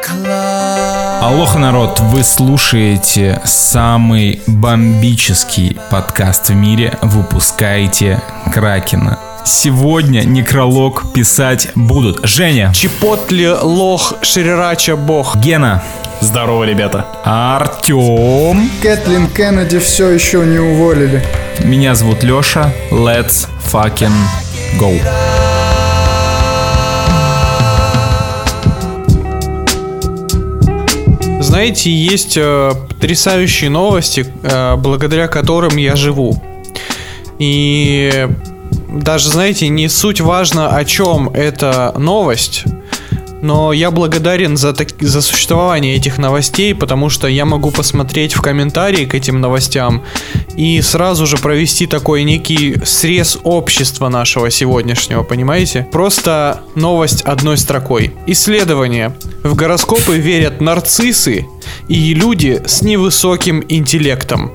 Алоха, народ, вы слушаете самый бомбический подкаст в мире «Выпускайте Кракена». Сегодня некролог писать будут Женя, Чепотли, лох, шрирача, бог, Гена, здорово, ребята, Артем, Кэтлин Кеннеди все еще не уволили. Меня зовут Леша. Let's fucking go. Знаете, есть потрясающие новости, благодаря которым я живу. И даже, знаете, не суть важно, о чем эта новость, но я благодарен за существование этих новостей, потому что я могу посмотреть в комментарии к этим новостям и сразу же провести такой некий срез общества нашего сегодняшнего, понимаете? Просто новость одной строкой. Исследование. В гороскопы верят нарциссы и люди с невысоким интеллектом.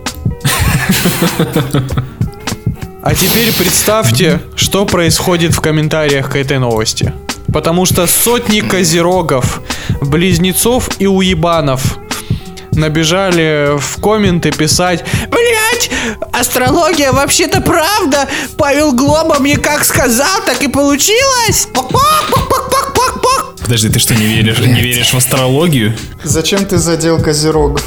А теперь представьте, что происходит в комментариях к этой новости. Потому что сотни козерогов, близнецов и уебанов набежали в комменты писать: «Блять, астрология вообще-то правда, Павел Глоба мне как сказал, так и получилось!» Подожди, ты что, не веришь в астрологию? Зачем ты задел козерогов?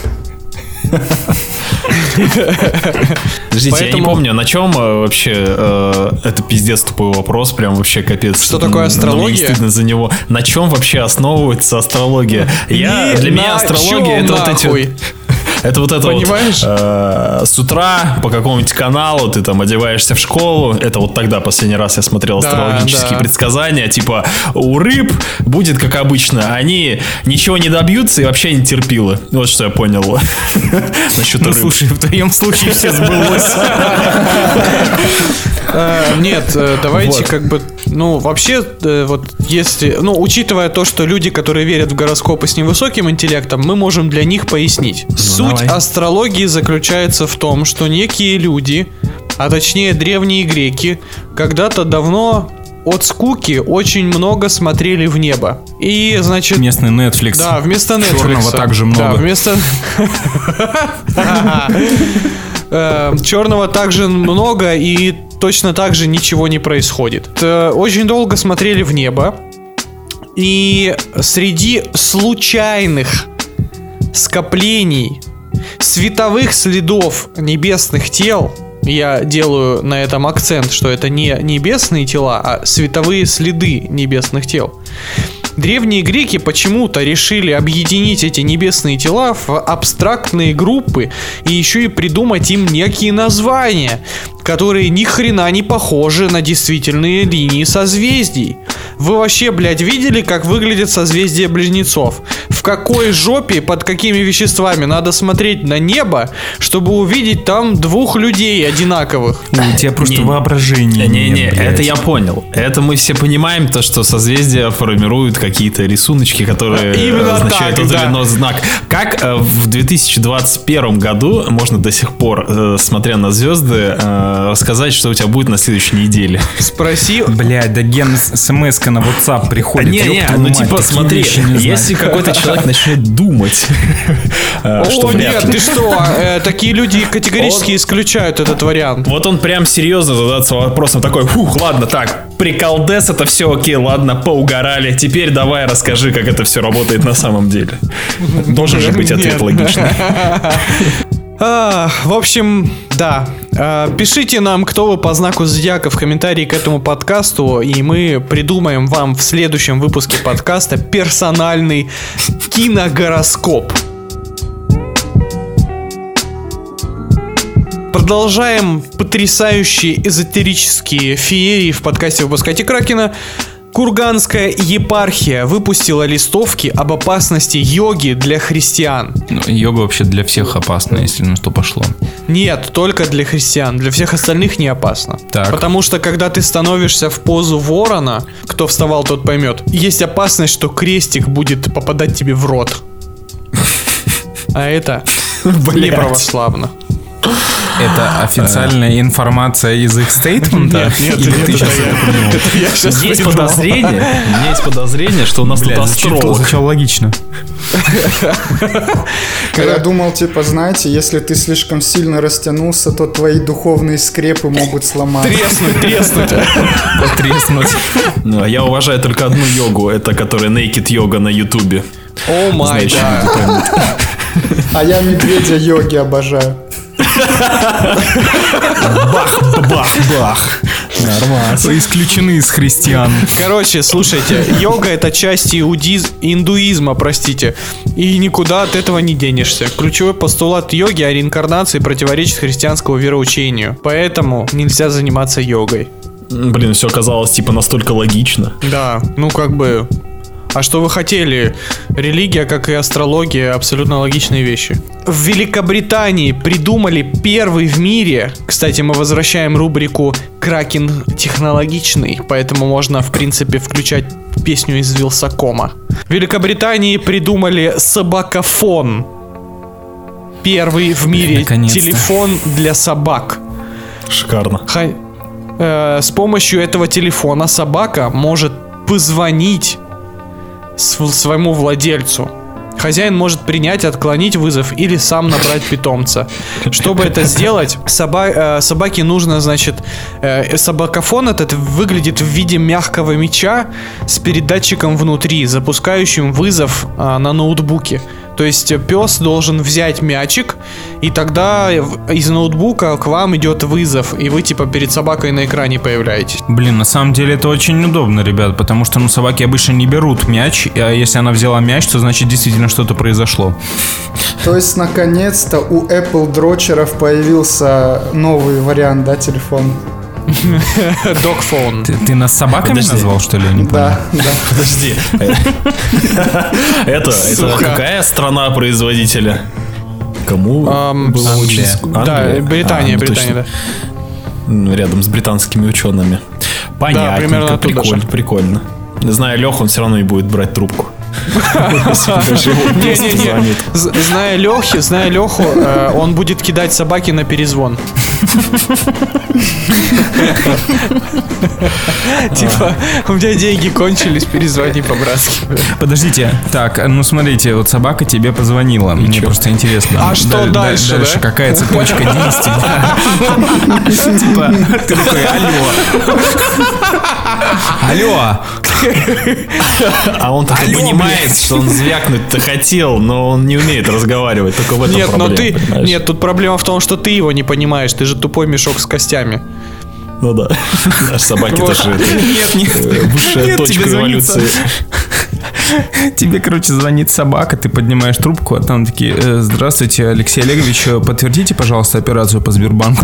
Подождите, я не помню, на чем вообще это пиздец тупой вопрос, прям вообще капец. Что такое астрология? Мне стыдно за него. На чем вообще основывается астрология? Для меня астрология это вот эти... Это вот это понимаешь? С утра по какому-нибудь каналу ты там одеваешься в школу. Это вот тогда последний раз я смотрел астрологические предсказания. Типа у рыб будет как обычно. Они ничего не добьются и вообще не терпилы. Вот что я понял насчет рыб. Слушай, в твоем случае все сбылось. Нет, давайте как бы... Ну, вообще, вот если... Ну, учитывая то, что люди, которые верят в гороскопы с невысоким интеллектом, мы можем для них пояснить. Суть астрологии заключается в том, что некие люди, а точнее древние греки, когда-то давно от скуки очень много смотрели в небо. И, значит... Местный Netflix. Да, вместо Netflix. Черного также много. Да, вместо... Черного также много, и точно так же ничего не происходит. Очень долго смотрели в небо, и среди случайных скоплений световых следов небесных тел, я делаю на этом акцент, что это не небесные тела, а световые следы небесных тел, древние греки почему-то решили объединить эти небесные тела в абстрактные группы и еще и придумать им некие названия, которые ни хрена не похожи на действительные линии созвездий. Вы вообще, блядь, видели, как выглядит созвездие близнецов? В какой жопе, под какими веществами надо смотреть на небо, чтобы увидеть там двух людей одинаковых? У тебя просто воображение. Не, это я понял. Это мы все понимаем, то, что созвездия формируют какие-то рисуночки, которые означают тот или иной знак. Как в 2021 году можно до сих пор, смотря на звезды, рассказать, что у тебя будет на следующей неделе? Спроси. Блядь, да Ген, смс-ка на WhatsApp приходит. Ну типа смотри, если какой-то человек начнет думать, что О, вряд нет, ли. ты что? Такие люди категорически исключают этот вариант. Вот он прям серьезно задаться вопросом такой: ладно, так, приколдес, это все окей, ладно, поугорали. Теперь давай расскажи, как это все работает на самом деле. Должен же быть ответ логичный. В общем, да. Пишите нам, кто вы по знаку зодиака, в комментарии к этому подкасту, и мы придумаем вам в следующем выпуске подкаста персональный киногороскоп. Продолжаем потрясающие эзотерические феерии в подкасте «Выпускайте Кракена». Курганская епархия выпустила листовки об опасности йоги для христиан. Йога вообще для всех опасна, если на что пошло. Нет, только для христиан. Для всех остальных не опасно. Так. Потому что когда ты становишься в позу ворона, кто вставал, тот поймет, есть опасность, что крестик будет попадать тебе в рот. А это не православно. Это официальная информация из их стейтмента? Нет, Есть подозрение, у меня есть подозрение, что у нас тут астролог. Звучало логично. Я думал, типа, знаете, если ты слишком сильно растянулся, то твои духовные скрепы могут сломаться. Треснуть. Ну, а я уважаю только одну йогу, это которая Naked Yoga на Ютубе. О май гад. А я медведя йоги обожаю. Бах-бах-бах. Нормально. Исключены из христиан. Короче, слушайте, йога — это часть индуизма, простите, и никуда от этого не денешься. Ключевой постулат йоги о реинкарнации противоречит христианскому вероучению, поэтому нельзя заниматься йогой. Блин, все оказалось типа настолько логично. Да, ну как бы... А что вы хотели? Религия, как и астрология, абсолютно логичные вещи. В Великобритании придумали первый в мире... Кстати, мы возвращаем рубрику «Кракен технологичный», поэтому можно, в принципе, включать песню из Вилсакома. В Великобритании придумали собакофон. Первый в мире телефон для собак. Шикарно. С помощью этого телефона собака может позвонить своему владельцу. Хозяин может принять, отклонить вызов или сам набрать питомца. Чтобы это сделать, собаке нужно, значит, собакофон этот выглядит в виде мягкого мяча с передатчиком внутри, запускающим вызов на ноутбуке. То есть пес должен взять мячик, и тогда из ноутбука к вам идет вызов, и вы типа перед собакой на экране появляетесь. Блин, на самом деле это очень удобно, ребят, потому что собаки обычно не берут мяч, а если она взяла мяч, то значит действительно что-то произошло. То есть наконец-то у Apple дрочеров появился новый вариант, да, телефона? Догфон. Ты нас собаками назвал, что ли? Я не понял. Да. Подожди. Это какая страна производителя? Кому было очень... Да, Британия, да. Рядом с британскими учеными. Понятненько, прикольно. Зная Леху, он все равно не будет брать трубку. Зная Леху, он будет кидать собаки на перезвон. Типа, у меня деньги кончились, перезвони по-братски. Подождите, так, ну смотрите, вот собака тебе позвонила. Мне просто интересно. А что дальше, да? Какая цепочка действий? Типа, ты такой, алло. А он так и понимает, что он звякнуть-то хотел, но он не умеет разговаривать. Только в этом проблема. Нет, тут проблема в том, что ты его не понимаешь. Ты же тупой мешок с костями. Ну да. Наши собаки тоже высшая точка эволюции. Тебе, короче, звонит собака, ты поднимаешь трубку, а там такие: здравствуйте, Алексей Олегович, подтвердите, пожалуйста, операцию по Сбербанку.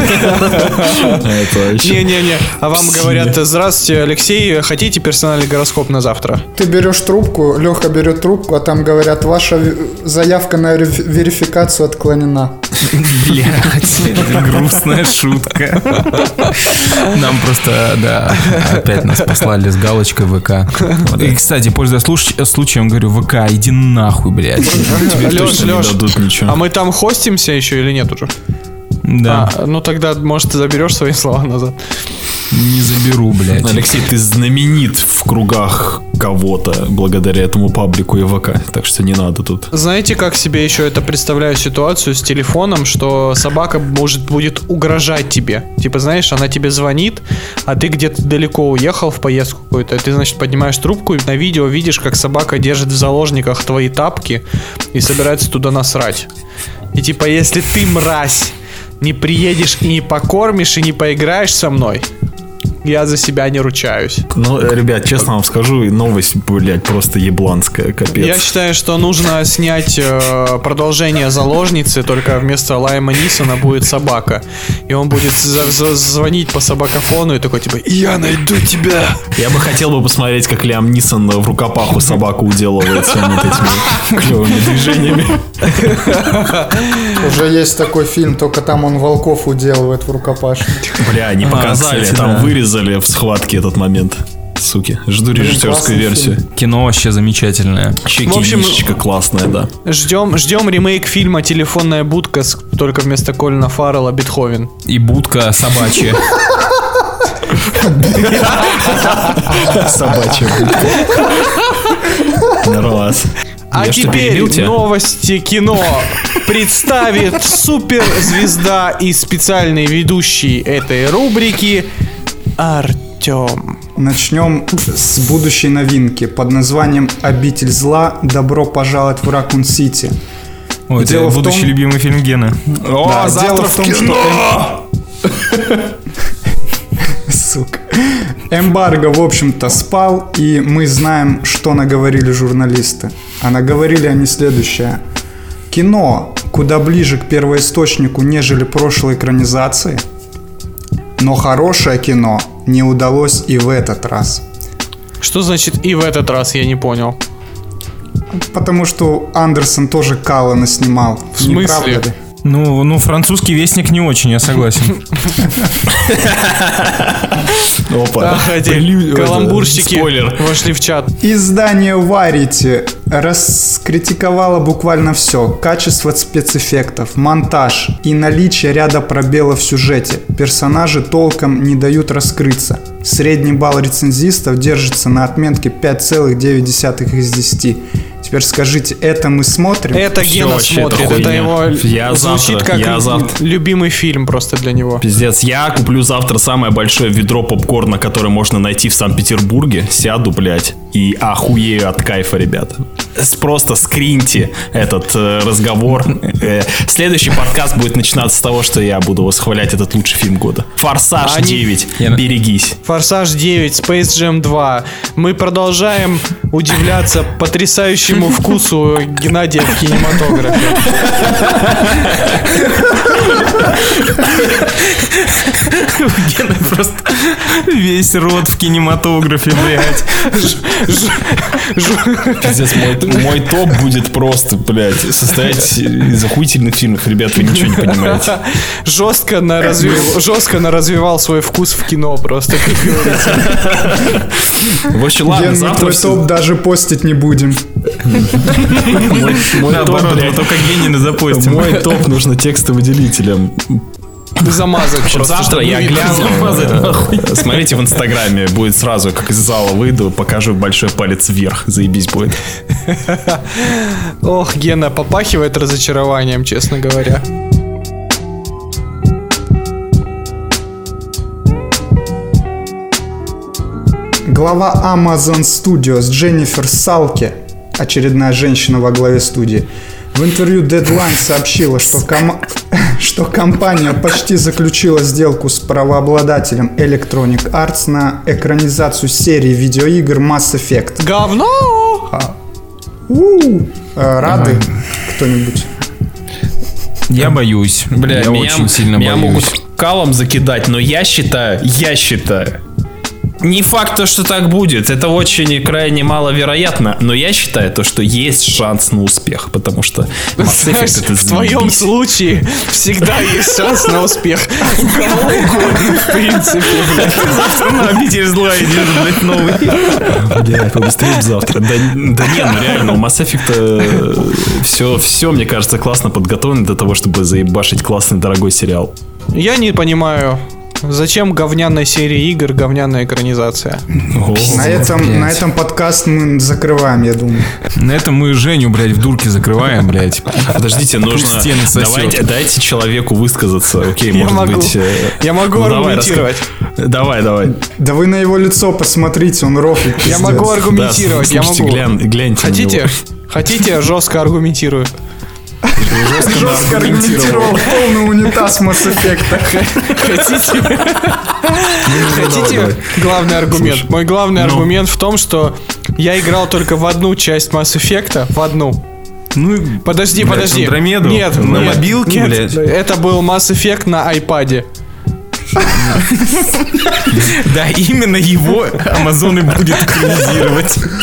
Не-не-не, а вам говорят: здравствуйте, Алексей, хотите персональный гороскоп на завтра? Ты берешь трубку, Леха берет трубку, а там говорят: ваша заявка на верификацию отклонена. Блядь, грустная шутка. Нам просто, да, опять нас послали с галочкой ВК. И, кстати, пользуясь случаем, говорю: ВК, иди нахуй, блядь. Тебе точно не дадут ничего. А мы там хостимся еще или нет уже? Да. Ну тогда, может, ты заберешь свои слова назад. Не заберу, блядь. Алексей, ты знаменит в кругах кого-то благодаря этому паблику и ВК, так что не надо тут. Знаете, как себе еще это представляю ситуацию с телефоном, что собака будет угрожать тебе. Типа, знаешь, она тебе звонит, а ты где-то далеко уехал в поездку какую-то. Ты, значит, поднимаешь трубку и на видео видишь, как собака держит в заложниках твои тапки и собирается туда насрать. И типа, если ты, мразь, не приедешь и не покормишь, и не поиграешь со мной, я за себя не ручаюсь. Ну, ребят, честно вам скажу, новость, блядь, просто ебланская, капец. Я считаю, что нужно снять продолжение «Заложницы», только вместо Лайма Нисона будет собака. И он будет звонить по собакофону и такой, типа: я найду тебя. Я бы хотел посмотреть, как Лиам Нисон в рукопаху собаку уделывает своими этими клевыми движениями. Уже есть такой фильм, только там он волков уделывает в рукопашке. Бля, не показали, кстати, там да. вырезали в схватке этот момент. суки. Жду режиссерскую версию. Кино вообще замечательное. Вообще В общем, кинишечка классная, да. Ждем ремейк фильма «Телефонная будка», только вместо Колина Фаррелла Бетховен. И будка собачья. Собачья будка. Нормас. А теперь новости кино представит суперзвезда и специальный ведущий этой рубрики Артем. Начнем с будущей новинки под названием «Обитель зла. Добро пожаловать в Ракун-Сити». Ой, это будущий любимый фильм Гены. О, да, дело в том, что... Сука. Эмбарго, в общем-то, спал, и мы знаем, что наговорили журналисты. А наговорили они следующее. Кино куда ближе к первоисточнику, нежели прошлой экранизации, но хорошее кино не удалось и в этот раз. Что значит «и в этот раз»? Я не понял. Потому что Андерсон тоже Каллана снимал. В смысле? Ну, французский вестник не очень, я согласен. Опа. Каламбурщики вошли в чат. Издание Variety раскритиковало буквально все. Качество спецэффектов, монтаж и наличие ряда пробелов в сюжете. Персонажи толком не дают раскрыться. Средний балл рецензистов держится на отметке 5,9 из 10. Теперь скажите, это мы смотрим? Это Гена смотрит, это его звучит как любимый фильм просто для него. Пиздец, я куплю завтра самое большое ведро попкорна, которое можно найти в Санкт-Петербурге, сяду, блядь, и охуею от кайфа, ребята. Просто скриньте этот разговор. Следующий подкаст будет начинаться с того, что я буду восхвалять этот лучший фильм года. «Форсаж 9», берегись. «Форсаж 9», «Space Jam 2». Мы продолжаем удивляться потрясающему вкусу Геннадия в кинематографе. Гена просто весь рот в кинематографе, блядь. Пиздец, мой топ будет просто, блядь, состоять из охуительных фильмов. Ребят, вы ничего не понимаете. Жестко развивал свой вкус в кино просто, как говорится. В общем, ладно, Ген, завтра... твой топ даже постить не будем. Мой топ, блядь, только Генины запостим. Мой топ нужно текстовыделителем замазать просто. Завтра я гляну. Смотрите в Инстаграме, будет сразу, как из зала выйду, покажу большой палец вверх. Заебись будет. Ох, Гена, попахивает разочарованием, честно говоря. Глава Amazon Studios Дженнифер Салке, очередная женщина во главе студии, в интервью Deadline сообщила, что компания почти заключила сделку с правообладателем Electronic Arts на экранизацию серии видеоигр Mass Effect. Говно! Рады кто-нибудь? Я боюсь. Бля, я очень сильно боюсь. Меня могут калом закидать, но я считаю, не факт, что так будет. Это очень крайне маловероятно. Но я считаю, что есть шанс на успех. Потому что Mass Effect это в твоем случае всегда есть шанс на успех. У кого угодно, в принципе, блядь. Завтра на «Обитель зла» идет, блядь, новый. Блядь, побыстрее завтра. Да не, ну реально, у Mass Effect все, мне кажется, классно подготовлено для того, чтобы заебашить классный дорогой сериал. Я не понимаю, зачем говняная серия игр, говняная экранизация? На этом подкаст мы закрываем, я думаю. На этом мы Женю, блядь, в дурке закрываем, блядь. Подождите, нужно... Дайте человеку высказаться. Окей, я могу аргументировать. Давай. Да вы на его лицо посмотрите, он рофлит. Я могу аргументировать, я могу. Гляньте. Хотите, жестко аргументирую. Жестко аргументировал полный унитаз Mass Effect. Хотите главный аргумент? Мой главный аргумент в том, что я играл только в одну часть Mass Effect, в одну. Ну, подожди. Андромеду? Нет, на мобилке, блядь. Это был Mass Effect на iPad. Да, именно его Amazon и будет экранизировать.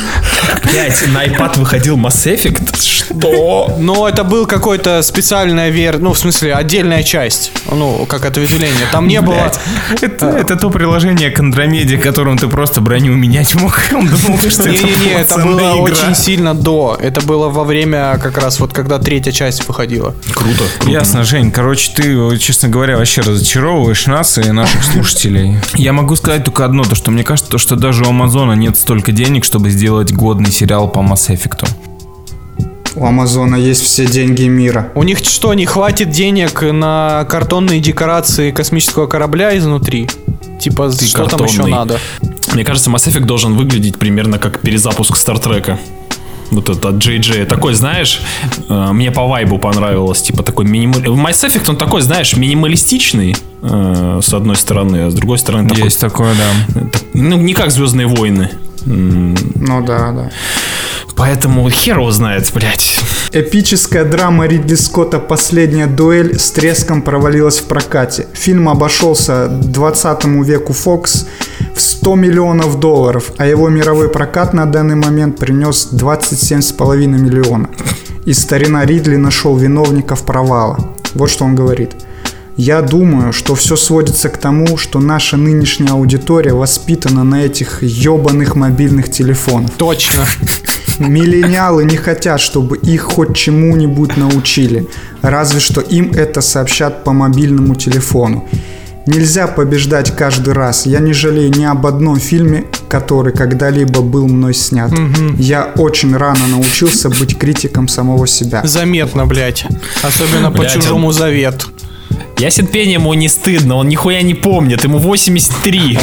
Блять, на iPad выходил Mass Effect? Что? Но это был какой-то специальная в смысле, отдельная часть. Ну, как ответвление. Там не было... Это то приложение к Андромеде, которым ты просто броню менять мог. Он думал, что Не-не-не, это было очень сильно до. Это было во время как раз вот когда третья часть выходила. Круто. Ясно, Жень. Короче, ты, честно говоря, вообще разочаровываешь нас и наших слушателей. Я могу сказать только одно, то что мне кажется, что даже у Амазона нет столько денег, чтобы сделать годный сериал по Mass Effect. У Амазона есть все деньги мира. У них что, не хватит денег на картонные декорации космического корабля изнутри? Типа, Ты что картонный. там еще надо? Мне кажется, Mass Effect должен выглядеть примерно как перезапуск Стартрека. Вот это от JJ. Такой, знаешь, мне по вайбу понравилось. Типа такой Mass Effect, он такой, знаешь, минималистичный, с одной стороны, а с другой стороны такой... Есть такое, да. Ну, не как «Звездные войны». Ну да. Поэтому хер его знает, блядь. Эпическая драма Ридли Скотта «Последняя дуэль» с треском провалилась в прокате. Фильм обошелся 20 веку Fox в $100 миллионов, а его мировой прокат на данный момент принес 27,5 миллиона. И старина Ридли нашел виновников провала. Вот что он говорит. «Я думаю, что все сводится к тому, что наша нынешняя аудитория воспитана на этих ебаных мобильных телефонах. Точно. Миллениалы не хотят, чтобы их хоть чему-нибудь научили, разве что им это сообщат по мобильному телефону. Нельзя побеждать каждый раз. Я не жалею ни об одном фильме, который когда-либо был мной снят. Я очень рано научился быть критиком самого себя». Заметно, блядь. Особенно по Блядь, «Чужому завету». Ясен пень, ему не стыдно, он нихуя не помнит, ему 83.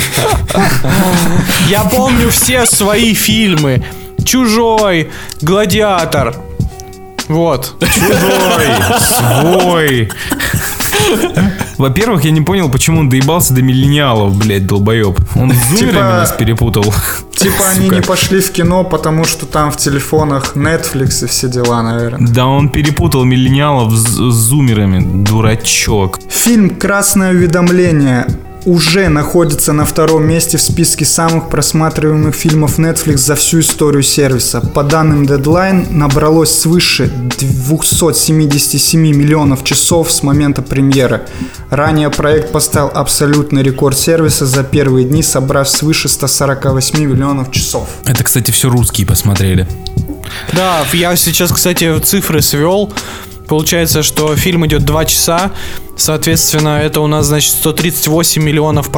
Я помню все свои фильмы. «Чужой», «Гладиатор». Вот. Свой. Во-первых, я не понял, почему он доебался до миллениалов, блядь, долбоеб. Он с зумерами нас перепутал. Типа они не пошли в кино, потому что там в телефонах Netflix и все дела, наверное. Да он перепутал миллениалов с зумерами, дурачок. Фильм «Красное уведомление» уже находится на втором месте в списке самых просматриваемых фильмов Netflix за всю историю сервиса. По данным Deadline, набралось свыше 277 миллионов часов с момента премьеры. Ранее проект поставил абсолютный рекорд сервиса за первые дни, собрав свыше 148 миллионов часов. Это, кстати, все русские посмотрели. Да, я сейчас, кстати, цифры свел. Получается, что фильм идет 2 часа. Соответственно, это у нас, значит, 138 миллионов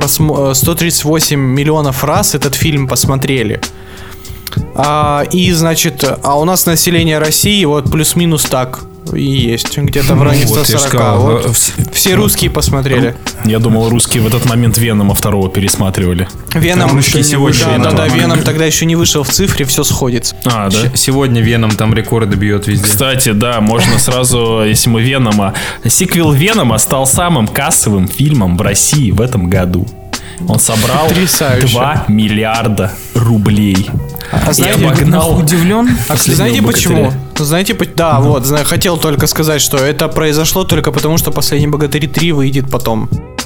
раз этот фильм посмотрели. И, значит, у нас население России вот плюс-минус так и есть. Где-то в районе 140. Все русские посмотрели. Я думал, русские в этот момент Венома 2 пересматривали. Веном еще не вышел. Да, Веном тогда еще не вышел в цифре, все сходится. Да? Сегодня Веном там рекорды бьет везде. Кстати, да, можно сразу, если мы Венома... Сиквел Венома стал самым кассовым фильмом в России в этом году. Он собрал 2 миллиарда рублей. Знаете, удивлен? Знаете почему? Знаете, да, вот, хотел только сказать, что это произошло только потому, что «Последний богатырь 3» выйдет потом.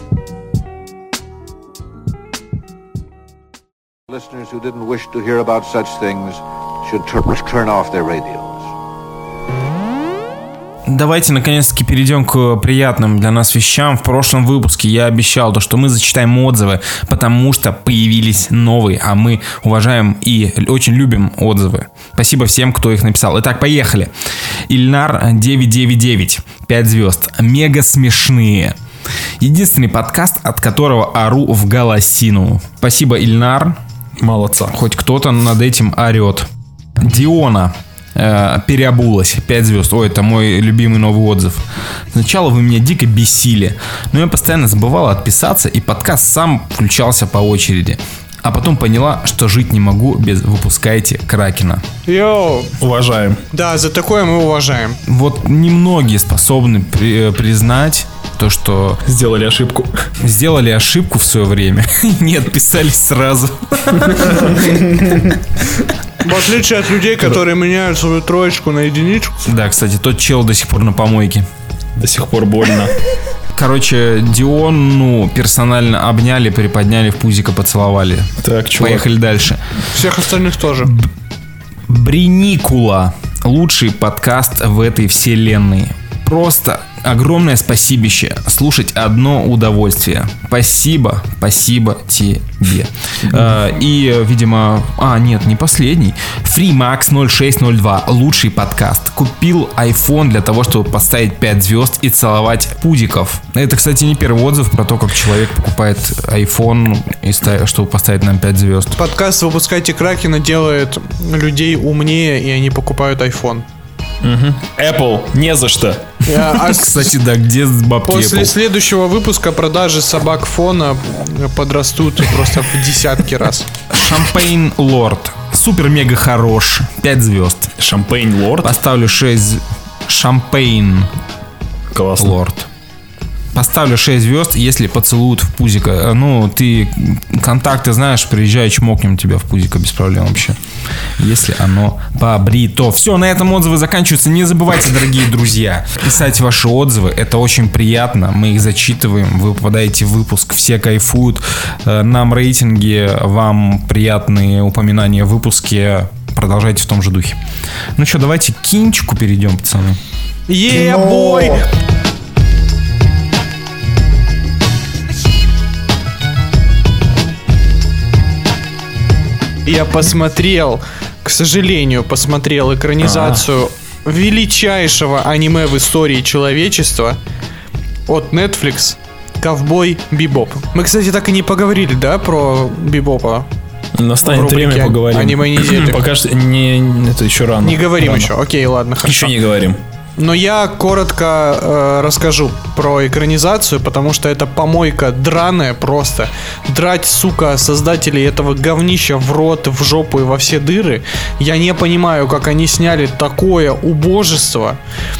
Listeners who didn't wish to hear about such things should turn off their radios. Давайте наконец-таки перейдем к приятным для нас вещам. В прошлом выпуске я обещал, что мы зачитаем отзывы, потому что появились новые, а мы уважаем и очень любим отзывы. Спасибо всем, кто их написал. Итак, поехали. Ильнар 999, 5 звезд. Мега смешные. Единственный подкаст, от которого ору в голосину. Спасибо, Ильнар. Молодца. Хоть кто-то над этим орет. Диона переобулась, 5 звезд. Ой, это мой любимый новый отзыв. Сначала вы меня дико бесили, но я постоянно забывала отписаться, и подкаст сам включался по очереди. А потом поняла, что жить не могу без «Выпускайте Кракена». Йоу. Уважаем. Да, за такое мы уважаем. Вот немногие способны признать то, что... Сделали ошибку в свое время. Не отписались сразу. В отличие от людей, которые меняют свою троечку на единичку. Да, кстати, тот чел до сих пор на помойке. До сих пор больно. Короче, Диону персонально обняли, приподняли, в пузико поцеловали. Так, чувак. Поехали дальше. Всех остальных тоже. Бриникула. Лучший подкаст в этой вселенной. Просто огромное спасибище. Слушать одно удовольствие. Спасибо тебе. И, видимо... нет, не последний. FreeMax0602. Лучший подкаст. Купил iPhone для того, чтобы поставить 5 звезд и целовать пудиков. Это, кстати, не первый отзыв про то, как человек покупает iPhone, чтобы поставить нам 5 звезд. Подкаст «Выпускайте Кракена» делает людей умнее, и они покупают iPhone. Apple, не за что. Кстати, да, где бабки После Apple? Следующего выпуска продажи собак фона подрастут просто в десятки раз. Шампейн Лорд. Супер-мега хорош. 5 звезд. Шампейн Лорд? Поставлю 6... Шампейн Классно. Лорд. Поставлю 6 звезд, если поцелуют в пузико. Ну, ты контакты знаешь, приезжай, чмокнем тебя в пузико без проблем вообще. Если оно побрито. Все, на этом отзывы заканчиваются. Не забывайте, дорогие друзья, писать ваши отзывы. Это очень приятно. Мы их зачитываем. Вы попадаете в выпуск. Все кайфуют. Нам рейтинги, вам приятные упоминания в выпуске. Продолжайте в том же духе. Ну что, давайте к кинчику перейдем, пацаны. Е-бой! Я посмотрел, к сожалению, экранизацию величайшего аниме в истории человечества от Netflix «Ковбой Бибоп». Мы, кстати, так и не поговорили, да, про Бибопа? Настанет время, поговорим. Аниме недели. Пока что это еще рано. Не говорим рано. еще. Окей, ладно, хорошо. Еще не говорим. Но я коротко расскажу про экранизацию, потому что это помойка драная просто. Драть, сука, создателей этого говнища в рот, в жопу и во все дыры. Я не понимаю, как они сняли такое убожество.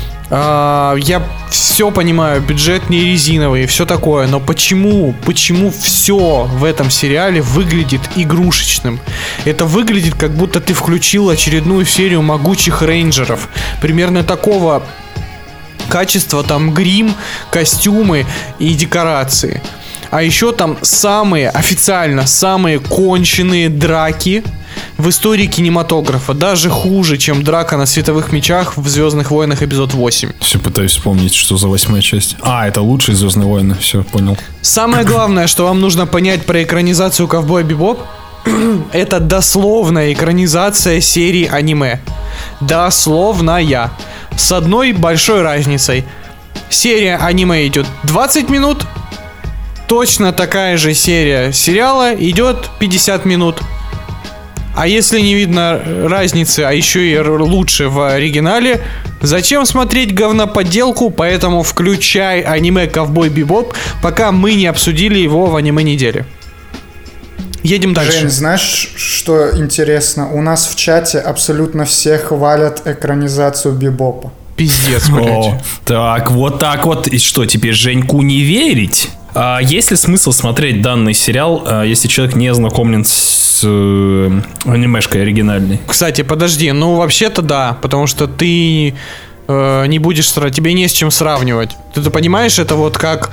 Я все понимаю, бюджет не резиновый и все такое, но почему все в этом сериале выглядит игрушечным? Это выглядит, как будто ты включил очередную серию могучих рейнджеров. Примерно такого качества там грим, костюмы и декорации. А еще там официально самые конченые драки в истории кинематографа. Даже хуже, чем драка на световых мечах в «Звездных войнах» эпизод 8. Все пытаюсь вспомнить, что за 8-я часть. Это лучшие «Звездные войны». Все, понял. Самое главное, что вам нужно понять про экранизацию «Ковбой Бибоп», это дословная экранизация серии аниме. Дословная. С одной большой разницей. Серия аниме идет 20 минут. Точно такая же серия сериала идет 50 минут. А если не видно разницы, а еще и лучше в оригинале, зачем смотреть говноподделку? Поэтому включай аниме «Ковбой Бибоп», пока мы не обсудили его в аниме недели. Едем дальше. Жень, знаешь, что интересно? У нас в чате абсолютно все хвалят экранизацию Бибопа. Пиздец, блядь. Так вот. И что, теперь Женьку не верить? Есть ли смысл смотреть данный сериал, если человек не ознакомлен с анимешкой оригинальной? Кстати, подожди, вообще-то да, потому что ты не будешь сравнивать, тебе не с чем сравнивать. Ты понимаешь, это вот как...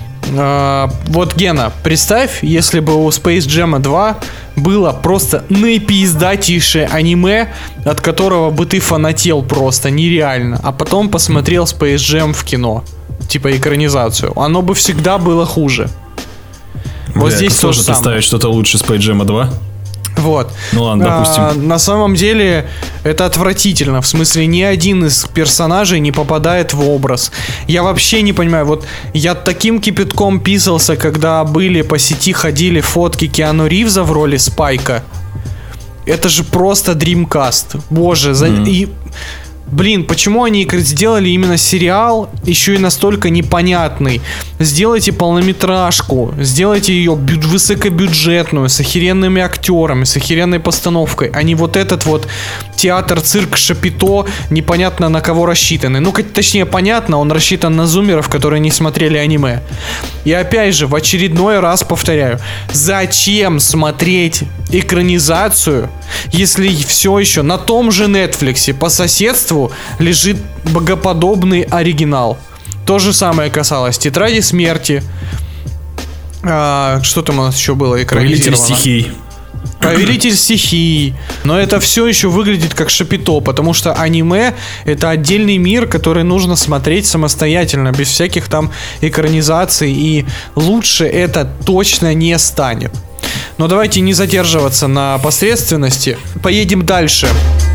вот, Гена, представь, если бы у Space Jam 2 было просто наипиздатейшее аниме, от которого бы ты фанател просто нереально, а потом посмотрел Space Jam в кино, типа экранизацию, оно бы всегда было хуже. Вот здесь тоже представить что-то лучше Space Jam 2. Вот. Ну ладно, допустим. На самом деле это отвратительно. В смысле, ни один из персонажей не попадает в образ. Я вообще не понимаю. Вот я таким кипятком писался, когда по сети ходили фотки Киану Ривза в роли Спайка. Это же просто Dreamcast. Боже, и... Блин, почему они сделали именно сериал еще и настолько непонятный? Сделайте полнометражку, сделайте ее высокобюджетную, с охеренными актерами, с охеренной постановкой, а не вот этот вот театр-цирк Шапито, непонятно на кого рассчитанный. Точнее, понятно, он рассчитан на зумеров, которые не смотрели аниме. И опять же, в очередной раз повторяю, зачем смотреть экранизацию, если все еще на том же Netflix по соседству лежит богоподобный оригинал. То же самое касалось «Тетради смерти». Что там у нас еще было экранизировано? «Повелитель стихий». Повелитель стихий. Но это все еще выглядит как шапито, потому что аниме — это отдельный мир, который нужно смотреть самостоятельно, без всяких там экранизаций, и лучше это точно не станет. Но давайте не задерживаться на посредственности. Поедем дальше.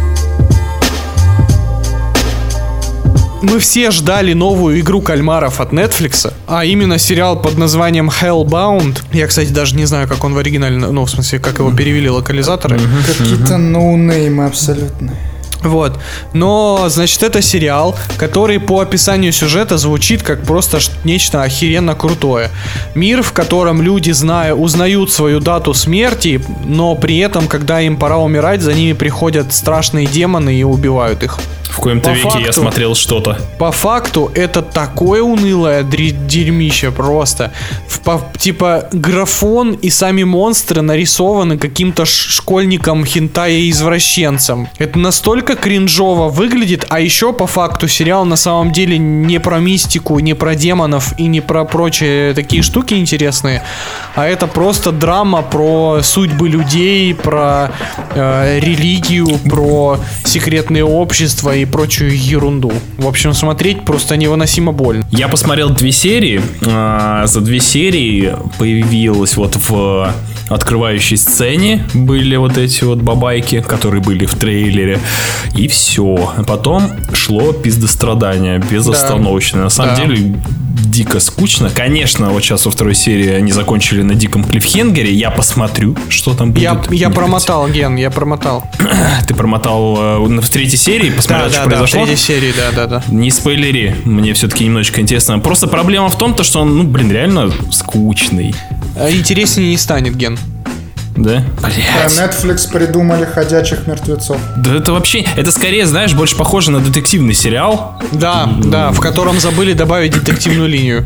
Мы все ждали новую игру кальмаров от Netflix, а именно сериал под названием Hellbound. Я, кстати, даже не знаю, как он в оригинале, ну, в смысле, как его перевели локализаторы. Какие-то ноунеймы абсолютно. Вот. Но, значит, это сериал, который по описанию сюжета звучит как просто нечто охеренно крутое. Мир, в котором люди, узнают свою дату смерти, но при этом, когда им пора умирать, за ними приходят страшные демоны и убивают их. В коем-то веке я смотрел что-то. По факту это такое унылое дерьмище просто. Типа графон и сами монстры нарисованы каким-то школьником хентая-извращенцем. Это настолько кринжово выглядит, а еще по факту сериал на самом деле не про мистику, не про демонов и не про прочие такие штуки интересные, а это просто драма про судьбы людей, про религию, про секретные общества и прочую ерунду. В общем, смотреть просто невыносимо больно. Я посмотрел 2 серии. За 2 серии появилось вот в открывающей сцене были вот эти вот бабайки, которые были в трейлере. И все. Потом шло пиздострадание безостановочно. На самом деле дико скучно. Конечно, вот сейчас во 2 серии они закончили на диком клиффхенгере. Я посмотрю, что там будет. Я промотал, Ген, я промотал. Ты промотал в 3 серии? Посмотрел, что произошло? Да, в 3 серии, да. Не спойлери, мне все-таки немножечко интересно. Просто проблема в том, что он, реально скучный. Интереснее не станет, Ген. Да? Блять. Netflix придумали ходячих мертвецов. Да это вообще, это скорее, знаешь, больше похоже на детективный сериал. Да, в котором забыли добавить детективную линию.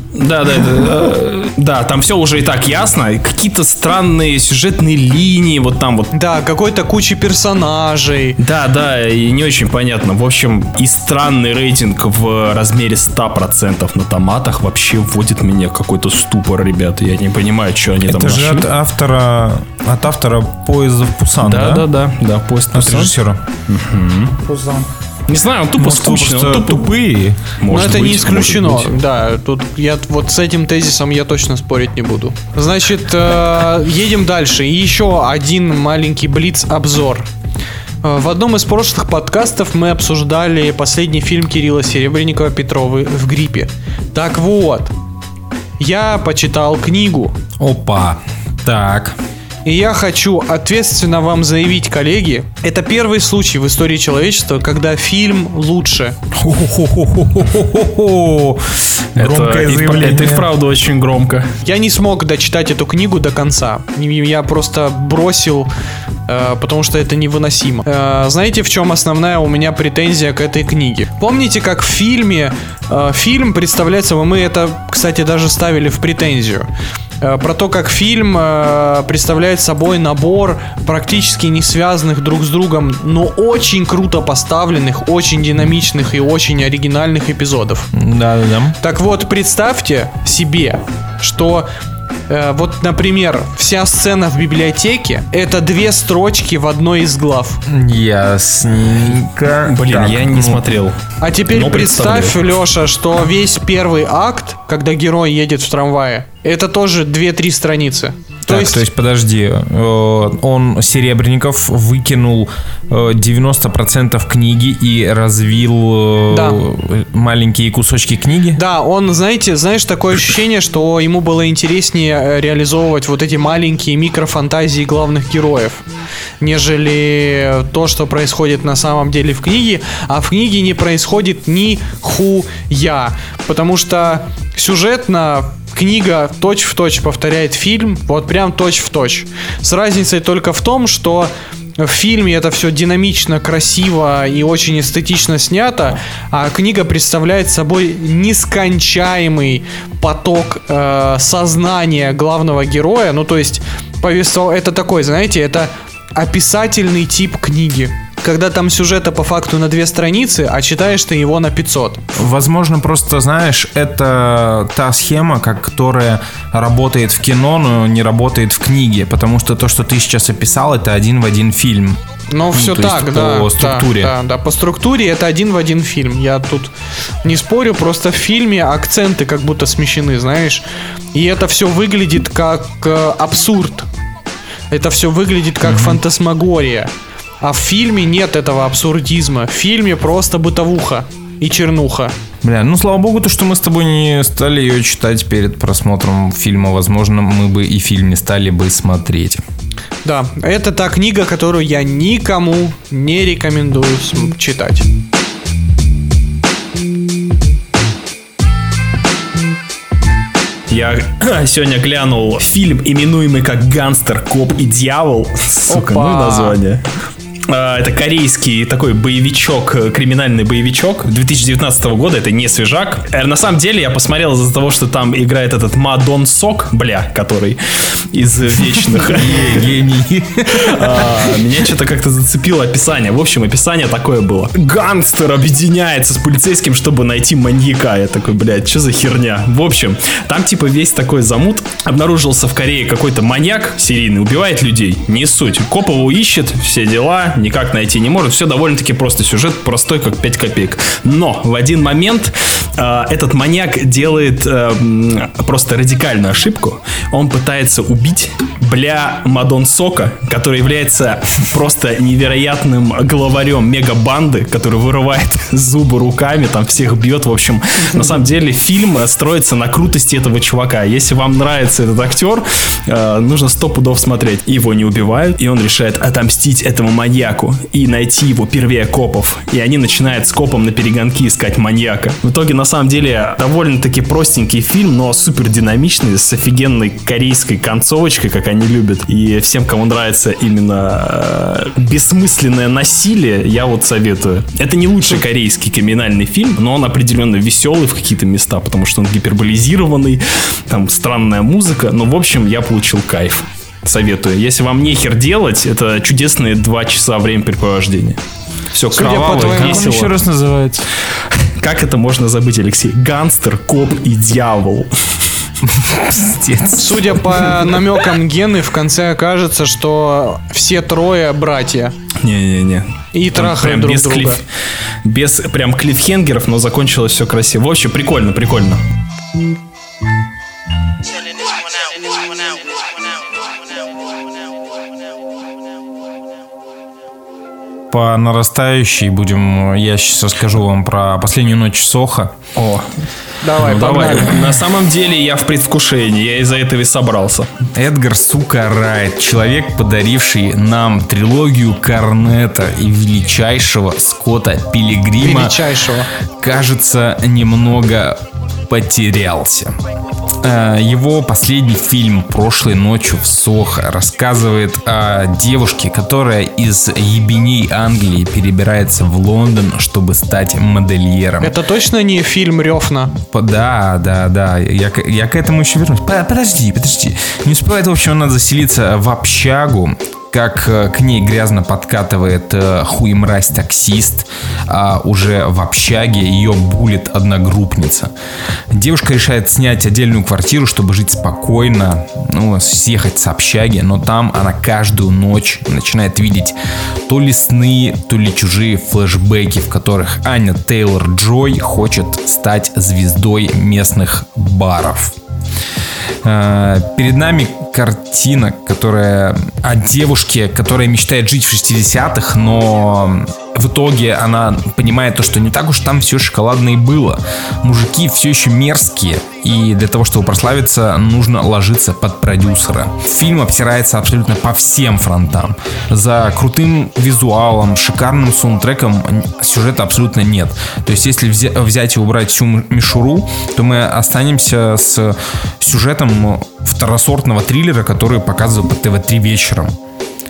Да, там все уже и так ясно. Какие-то странные сюжетные линии, вот там вот. Да, какой-то куча персонажей. Да, и не очень понятно. В общем, и странный рейтинг в размере 100% на томатах вообще вводит меня в какой-то ступор, ребята. Я не понимаю, что они там нашли. Это же от автора «Поезда в Пусан», да? Да, «Поезд в Пусан». От режиссера. Пузан. Не знаю, он тупо скучный, он тупо тупые. Но это не исключено. Да, тут я вот с этим тезисом я точно спорить не буду. Значит, едем дальше. И еще один маленький блиц-обзор. В одном из прошлых подкастов мы обсуждали последний фильм Кирилла Серебренникова «Петровы в гриппе». Так вот, я почитал книгу. Опа. Так. И я хочу ответственно вам заявить, коллеги, это первый случай в истории человечества, когда фильм лучше. Громкое заявление. Это и вправду очень громко. Я не смог дочитать эту книгу до конца. Я просто бросил, потому что это невыносимо. Знаете, в чем основная у меня претензия к этой книге? Помните, как в фильме фильм представляет собой, мы это, кстати, даже ставили в претензию, про то, как фильм представляет собой набор практически не связанных друг с другом, но очень круто поставленных, очень динамичных и очень оригинальных эпизодов. Да. Так вот, представьте себе, что вот, например, вся сцена в библиотеке — это 2 строчки в одной из глав. Ясненько. Блин, так, я не смотрел. А теперь представь, Леша, что весь первый акт, когда герой едет в трамвае, это тоже 2-3 страницы. То есть, подожди, он, Серебренников, выкинул 90% книги и развил маленькие кусочки книги? Да, он, знаешь, такое ощущение, что ему было интереснее реализовывать вот эти маленькие микрофантазии главных героев, нежели то, что происходит на самом деле в книге. А в книге не происходит ни хуя, потому что сюжетно книга точь-в-точь повторяет фильм, вот прям точь-в-точь. С разницей только в том, что в фильме это все динамично, красиво и очень эстетично снято, а книга представляет собой нескончаемый поток сознания главного героя. Ну, то есть, это такой, знаете, это описательный тип книги. когда там сюжета по факту на 2 страницы, а читаешь ты его на 500. Возможно, просто, знаешь, это та схема, которая работает в кино, но не работает в книге, потому что то, что ты сейчас описал, это один в один фильм. Но все так, да. По структуре. Да, по структуре это один в один фильм. Я тут не спорю, просто в фильме акценты как будто смещены, знаешь. И это все выглядит как абсурд. Это все выглядит как фантасмагория. А в фильме нет этого абсурдизма. В фильме просто бытовуха и чернуха. Бля, ну слава богу, то, что мы с тобой не стали ее читать перед просмотром фильма. Возможно, мы бы и фильм не стали бы смотреть. Да, это та книга, которую я никому не рекомендую читать. Я сегодня глянул фильм, именуемый как «Гангстер, коп и дьявол». Сука, Опа. ну название. Это корейский такой боевичок, криминальный боевичок 2019 года, это не свежак. На самом деле я посмотрел из-за того, что там играет этот Ма Дон Сок, который из «Вечных». Гений. Меня что-то как-то зацепило описание. В общем, описание такое было. Гангстер объединяется с полицейским, чтобы найти маньяка. Я такой, блядь, что за херня? В общем, там типа весь такой замут. Обнаружился в Корее какой-то маньяк серийный, убивает людей. Не суть. Коп его ищет, все дела, никак найти не может. Все довольно-таки просто. Сюжет простой, как 5 копеек. Но в один момент этот маньяк делает просто радикальную ошибку. Он пытается убить Мадон Сока, который является просто невероятным главарем мегабанды, который вырывает зубы руками, там всех бьет. В общем, на самом деле фильм строится на крутости этого чувака. Если вам нравится этот актер, нужно 100 пудов смотреть. Его не убивают, и он решает отомстить этому маньяку и найти его первее копов. И они начинают с копом на перегонки искать маньяка. В итоге, на самом деле, довольно-таки простенький фильм, но супер динамичный, с офигенной корейской концовочкой, как они любят. И всем, кому нравится именно бессмысленное насилие, я вот советую. Это не лучший корейский криминальный фильм, но он определенно веселый в какие-то места, потому что он гиперболизированный, там странная музыка. Но, в общем, я получил кайф. Советую. Если вам нехер делать, это чудесные 2 часа времяпрепровождения. Все кроваво, как весело. он еще раз называется? Как это можно забыть, Алексей? Гангстер, коп и дьявол. Судя по намекам Гены, в конце окажется, что все 3 братья. Не-не-не. И трахают друг друга. Без прям клиффхенгеров, но закончилось все красиво. В общем, прикольно. По нарастающей я сейчас расскажу вам про «Последнюю ночь Сохо». Давай. На самом деле я в предвкушении, я из-за этого и собрался. Эдгар, сука, Райт, человек, подаривший нам трилогию Корнетта и величайшего Скотта Пилигрима, кажется, немного потерялся. Его последний фильм «Прошлой ночью в Сохо» рассказывает о девушке, которая из ебеней Англии перебирается в Лондон, чтобы стать модельером. Это точно не фильм «Рёфна»? Да. Я к этому еще вернусь. Подожди. Не успевает, в общем, она заселиться в общагу, как к ней грязно подкатывает хуемразь таксист, а уже в общаге ее булит одногруппница. Девушка решает снять отдельную квартиру, чтобы жить спокойно, съехать с общаги, но там она каждую ночь начинает видеть то ли сны, то ли чужие флешбеки, в которых Аня Тейлор-Джой хочет стать звездой местных баров. Перед нами картина, которая о девушке, которая мечтает жить в 60-х, но в итоге она понимает то, что не так уж там все шоколадно и было. Мужики все еще мерзкие, и для того, чтобы прославиться, нужно ложиться под продюсера. Фильм обтирается абсолютно по всем фронтам. За крутым визуалом, шикарным саундтреком сюжета абсолютно нет. То есть, если взять и убрать всю мишуру, то мы останемся с сюжетом второсортного триллера, который показывают по ТВ-3 вечером.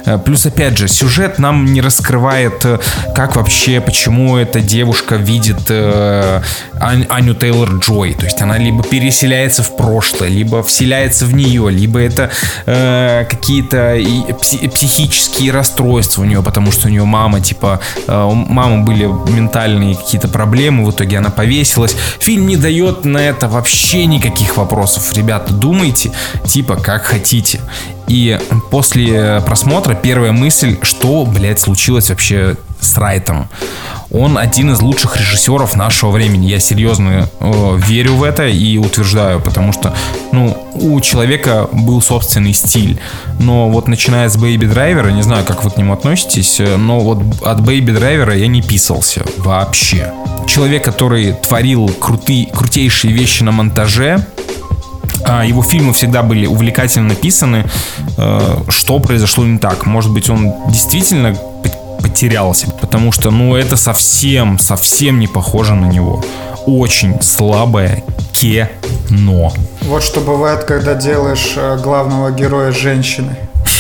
Плюс, опять же, сюжет нам не раскрывает, как вообще, почему эта девушка видит Аню Тейлор-Джой. То есть она либо переселяется в прошлое, либо вселяется в нее, либо это какие-то психические расстройства у нее, потому что у нее мама, типа, у мамы были ментальные какие-то проблемы, в итоге она повесилась. Фильм не дает на это вообще никаких вопросов. Ребята, думайте, типа, как хотите. И после просмотра первая мысль, что, блядь, случилось вообще с Райтом. Он один из лучших режиссеров нашего времени. Я серьезно верю в это и утверждаю, потому что, у человека был собственный стиль. Но вот начиная с Baby Driver, не знаю, как вы к нему относитесь, но вот от Baby Driver я не писался вообще. Человек, который творил крутейшие вещи на монтаже, его фильмы всегда были увлекательно написаны. Что произошло не так? Может быть, он действительно потерялся, потому что, это совсем не похоже на него. Очень слабое кино. Вот что бывает, когда делаешь главного героя женщиной.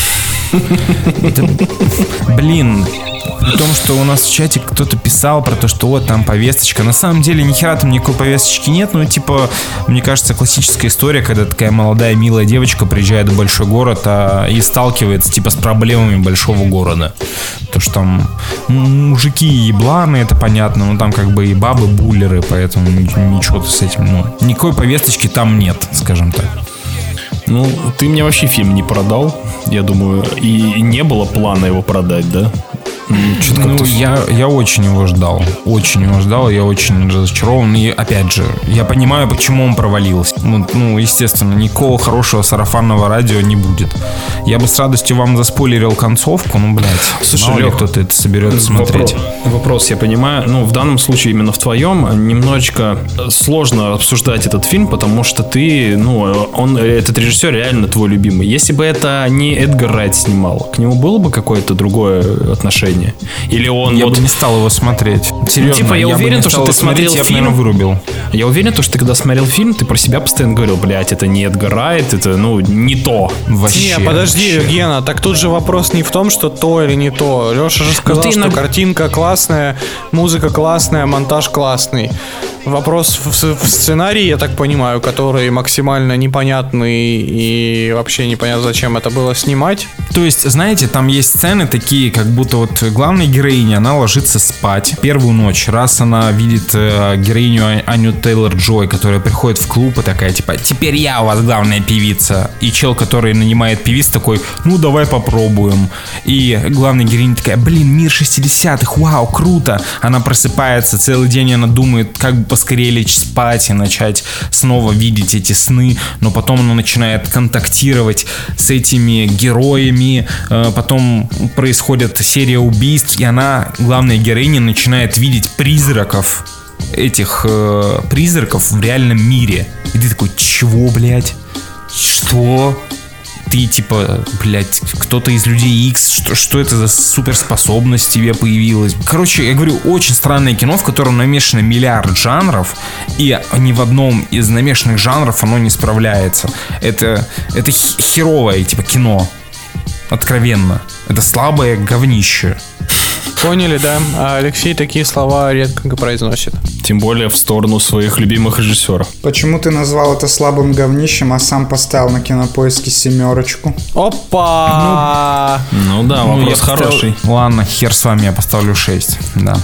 Блин, при том, что у нас в чате кто-то писал про то, что вот там повесточка. На самом деле ни хера там никакой повесточки нет. Мне кажется, классическая история, когда такая молодая, милая девочка приезжает в большой город и сталкивается с проблемами большого города. То, что там мужики ебланы, это понятно, но там и бабы буллеры, поэтому ничего с этим, никакой повесточки там нет, скажем так. Ты мне вообще фильм не продал, я думаю, и не было плана его продать, да? Я очень его ждал. Я очень разочарован. И опять же, я понимаю, почему он провалился. Естественно, никакого хорошего сарафанного радио не будет. Я бы с радостью вам заспойлерил концовку, слушай, мало ли кто-то это соберется смотреть. Вопрос, я понимаю. В данном случае именно в твоем немножечко сложно обсуждать этот фильм, потому что ты, этот режиссер реально твой любимый. Если бы это не Эдгар Райт снимал, к нему было бы какое-то другое отношение? Или он я бы не стал его смотреть. Серьезно, я уверен, что ты смотрел фильм. Я бы, вырубил. Я уверен, что ты когда смотрел фильм, ты про себя постоянно говорил, блядь, это не Эдгар Райт, это, не то. Вообще. Не, подожди, вообще. Гена, так тут же вопрос не в том, что то или не то. Леша же сказал, что картинка классная, музыка классная, монтаж классный. Вопрос в сценарии, я так понимаю, который максимально непонятный и вообще непонятно, зачем это было снимать. То есть, знаете, там есть сцены такие, как будто главная героиня, она ложится спать первую ночь, раз она видит героиню Аню Тейлор-Джой, которая приходит в клуб и такая, теперь я у вас главная певица. И чел, который нанимает певиц, такой, давай попробуем. И главная героиня такая, мир 60-х, вау, круто. Она просыпается, целый день она думает, как бы поскорее лечь спать и начать снова видеть эти сны, но потом она начинает контактировать с этими героями, потом происходит серия убийств, и она, главная героиня, начинает видеть призраков, этих призраков в реальном мире. И ты такой, чего, блядь? Что? Ты блядь, кто-то из Людей Икс, что это за суперспособность тебе появилась? Короче, я говорю, очень странное кино, в котором намешано миллиард жанров, и ни в одном из намешанных жанров оно не справляется. Это херовое, кино. Откровенно. Это слабое говнище. Поняли, да? А Алексей такие слова редко произносит. Тем более в сторону своих любимых режиссеров. Почему ты назвал это слабым говнищем, а сам поставил на Кинопоиске 7? Опа! Вопрос хороший. Ладно, хер с вами, я поставлю 6. Да.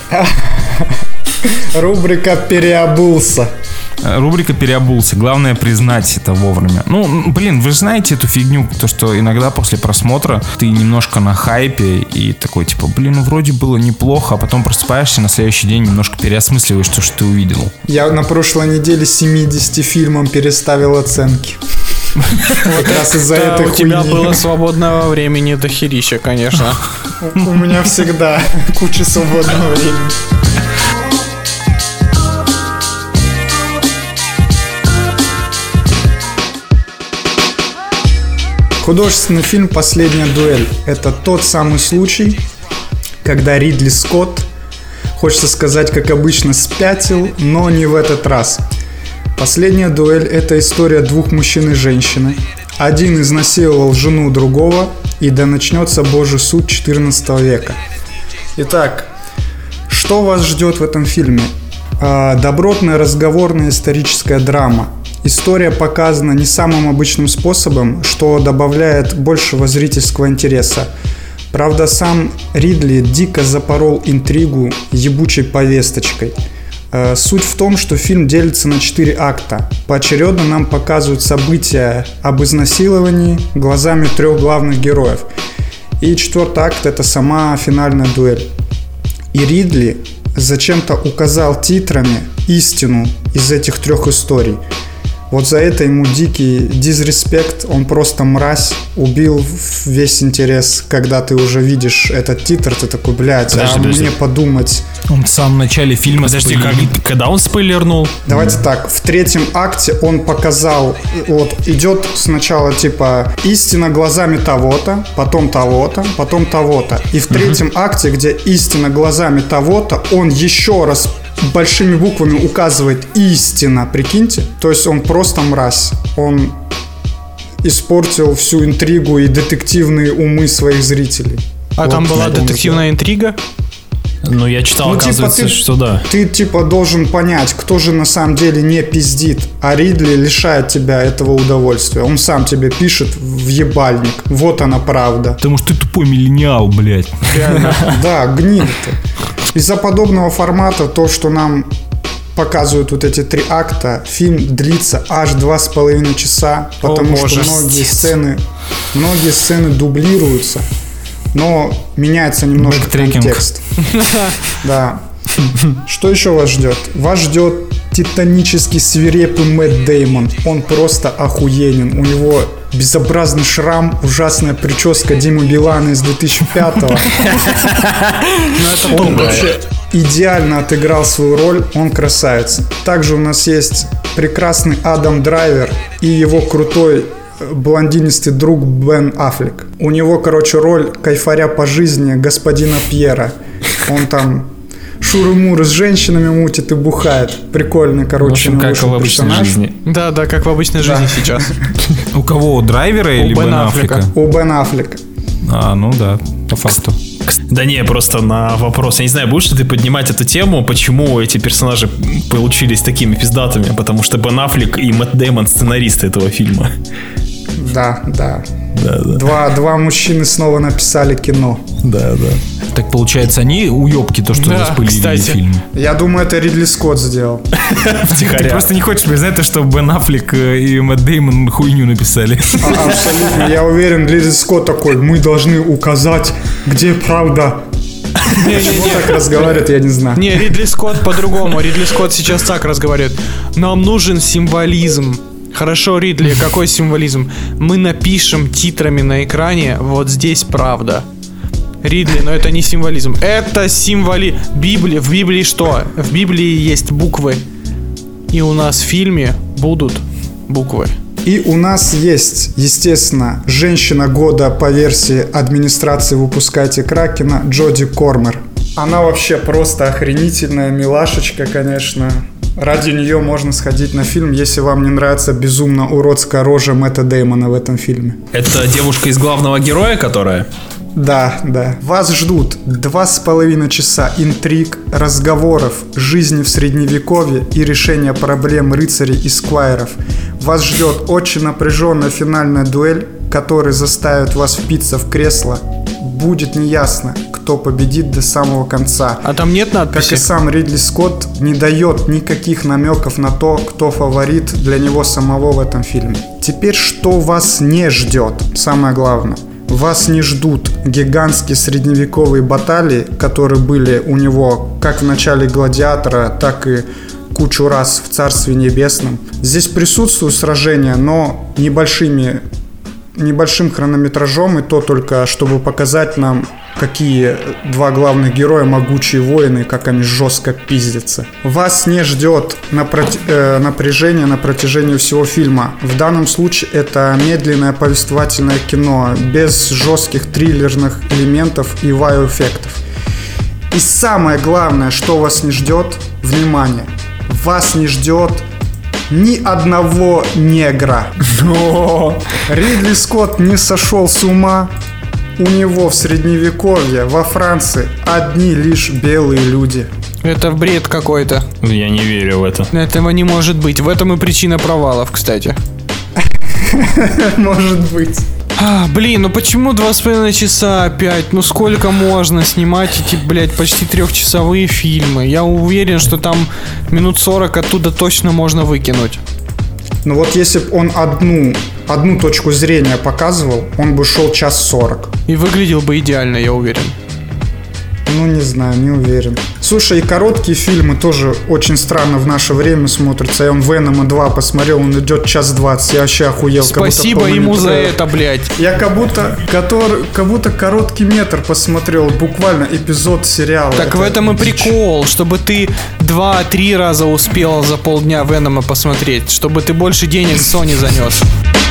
Рубрика «Переобулся». Рубрика «Переобулся». Главное признать это вовремя. Вы же знаете эту фигню, то, что иногда после просмотра ты немножко на хайпе и такой, вроде было неплохо, а потом просыпаешься на следующий день, немножко переосмысливаешь то, что ты увидел. Я на прошлой неделе 70 фильмам переставил оценки. Вот раз из-за этой хуйни. У тебя было свободного времени дохерища, конечно. У меня всегда куча свободного времени. Художественный фильм «Последняя дуэль» — это тот самый случай, когда Ридли Скотт, хочется сказать, как обычно, спятил, но не в этот раз. «Последняя дуэль» — это история двух мужчин и женщины. Один изнасиловал жену другого, и да начнется Божий суд 14 века. Итак, что вас ждет в этом фильме? Добротная разговорная историческая драма. История показана не самым обычным способом, что добавляет большего зрительского интереса. Правда, сам Ридли дико запорол интригу ебучей повесточкой. Суть в том, что фильм делится на 4 акта. Поочередно нам показывают события об изнасиловании глазами 3 главных героев. И 4-й акт — это сама финальная дуэль. И Ридли зачем-то указал титрами истину из этих 3 историй. Вот за это ему дикий дизреспект, он просто мразь, убил весь интерес, когда ты уже видишь этот титр, ты такой, блядь, подожди. Мне подумать. Он в самом начале фильма когда он спойлернул? Давайте так, в 3-м акте он показал, вот идет сначала типа истина глазами того-то, потом того-то, потом того-то. И в 3-м акте, где истина глазами того-то, он еще раз большими буквами указывает истина, прикиньте. То есть он просто мразь. Он испортил всю интригу и детективные умы своих зрителей. А вот там была детективная интрига? Ну, я читал, оказывается, что да. Ты, типа, должен понять, кто же на самом деле не пиздит, а Ридли лишает тебя этого удовольствия. Он сам тебе пишет в ебальник. Вот она правда. Потому что ты тупой миллениал, блядь. Реально. Да, гнида ты. Из-за подобного формата, то, что нам показывают вот эти 3 акта, фильм длится аж 2,5 часа, потому что многие сцены дублируются. Но меняется немножко контекст. Да. Что еще вас ждет? Вас ждет титанически свирепый Мэтт Дэймон. Он просто охуенен. У него безобразный шрам, ужасная прическа Димы Билана из 2005-го. Он вообще идеально отыграл свою роль. Он красавец. Также у нас есть прекрасный Адам Драйвер и его крутой блондинистый друг Бен Аффлек. У него, короче, роль кайфаря по жизни господина Пьера. Он там шуры-муры с женщинами мутит и бухает. Прикольный, короче, как в обычной жизни. Да, как в обычной жизни сейчас. У кого? У Драйвера или Бена Аффлека? У Бена Аффлека. Ну да, по факту. Да не, просто на вопрос. Я не знаю, будешь ли ты поднимать эту тему, почему эти персонажи получились такими пиздатыми? Потому что Бен Аффлек и Мэтт Дэймон сценаристы этого фильма. Да. Два мужчины снова написали кино. Да. Так получается, они уебки, то, что распылили фильм. Я думаю, это Ридли Скотт сделал. Ты просто не хочешь признать, что Бен Аффлек и Мэтт Дэймон хуйню написали. Абсолютно. Я уверен, Ридли Скотт такой: мы должны указать, где правда. Вот так разговаривает, я не знаю. Не, Ридли Скотт по-другому. Ридли Скотт сейчас так разговаривает. Нам нужен символизм. Хорошо, Ридли, какой символизм? Мы напишем титрами на экране: вот здесь правда. Ридли, но это не символизм. Это символи... В Библии что? В Библии есть буквы. И у нас в фильме будут буквы. И у нас есть, естественно, женщина года по версии администрации «Выпускайте Кракена» Джоди Кормер. Она вообще просто охренительная милашечка, конечно. Ради нее можно сходить на фильм, если вам не нравится безумно уродская рожа Мэтта Дэймона в этом фильме. Это девушка из главного героя, которая? Да. Вас ждут 2,5 часа интриг, разговоров, жизни в средневековье и решения проблем рыцарей и сквайров. Вас ждет очень напряженная финальная дуэль, которая заставит вас впиться в кресло. Будет неясно, кто победит до самого конца. А там нет надписи? Как и сам Ридли Скотт не дает никаких намеков на то, кто фаворит для него самого в этом фильме. Теперь, что вас не ждет? Самое главное. Вас не ждут гигантские средневековые баталии, которые были у него как в начале «Гладиатора», так и кучу раз в «Царстве небесном». Здесь присутствуют сражения, но небольшим хронометражом, и то только чтобы показать нам, какие 2 главных героя могучие воины, как они жестко пиздятся. Вас не ждет напряжение на протяжении всего фильма. В данном случае это медленное повествовательное кино, без жестких триллерных элементов и вау-эффектов. И самое главное, что вас не ждет, внимание, вас не ждет ни одного негра. Но Ридли Скотт не сошел с ума. У него в средневековье во Франции одни лишь белые люди. Это бред какой-то. Я не верю в это. Этого не может быть. В этом и причина провалов, кстати. Может быть. Блин, ну почему 2,5 часа опять? Ну сколько можно снимать эти, блядь, почти 3-часовые фильмы? Я уверен, что там минут 40 оттуда точно можно выкинуть. Ну вот если бы он одну точку зрения показывал, он бы шел 1:40. И выглядел бы идеально, я уверен. Ну, не знаю, не уверен. Слушай, и короткие фильмы тоже очень странно в наше время смотрятся. Я Венома 2 посмотрел, он идет 1:20. Я вообще охуел. Спасибо ему за это, блядь. Я как будто короткий метр посмотрел, буквально эпизод сериала. Так в этом и прикол, чтобы ты 2-3 раза успел за полдня Венома посмотреть, чтобы ты больше денег Sony занес.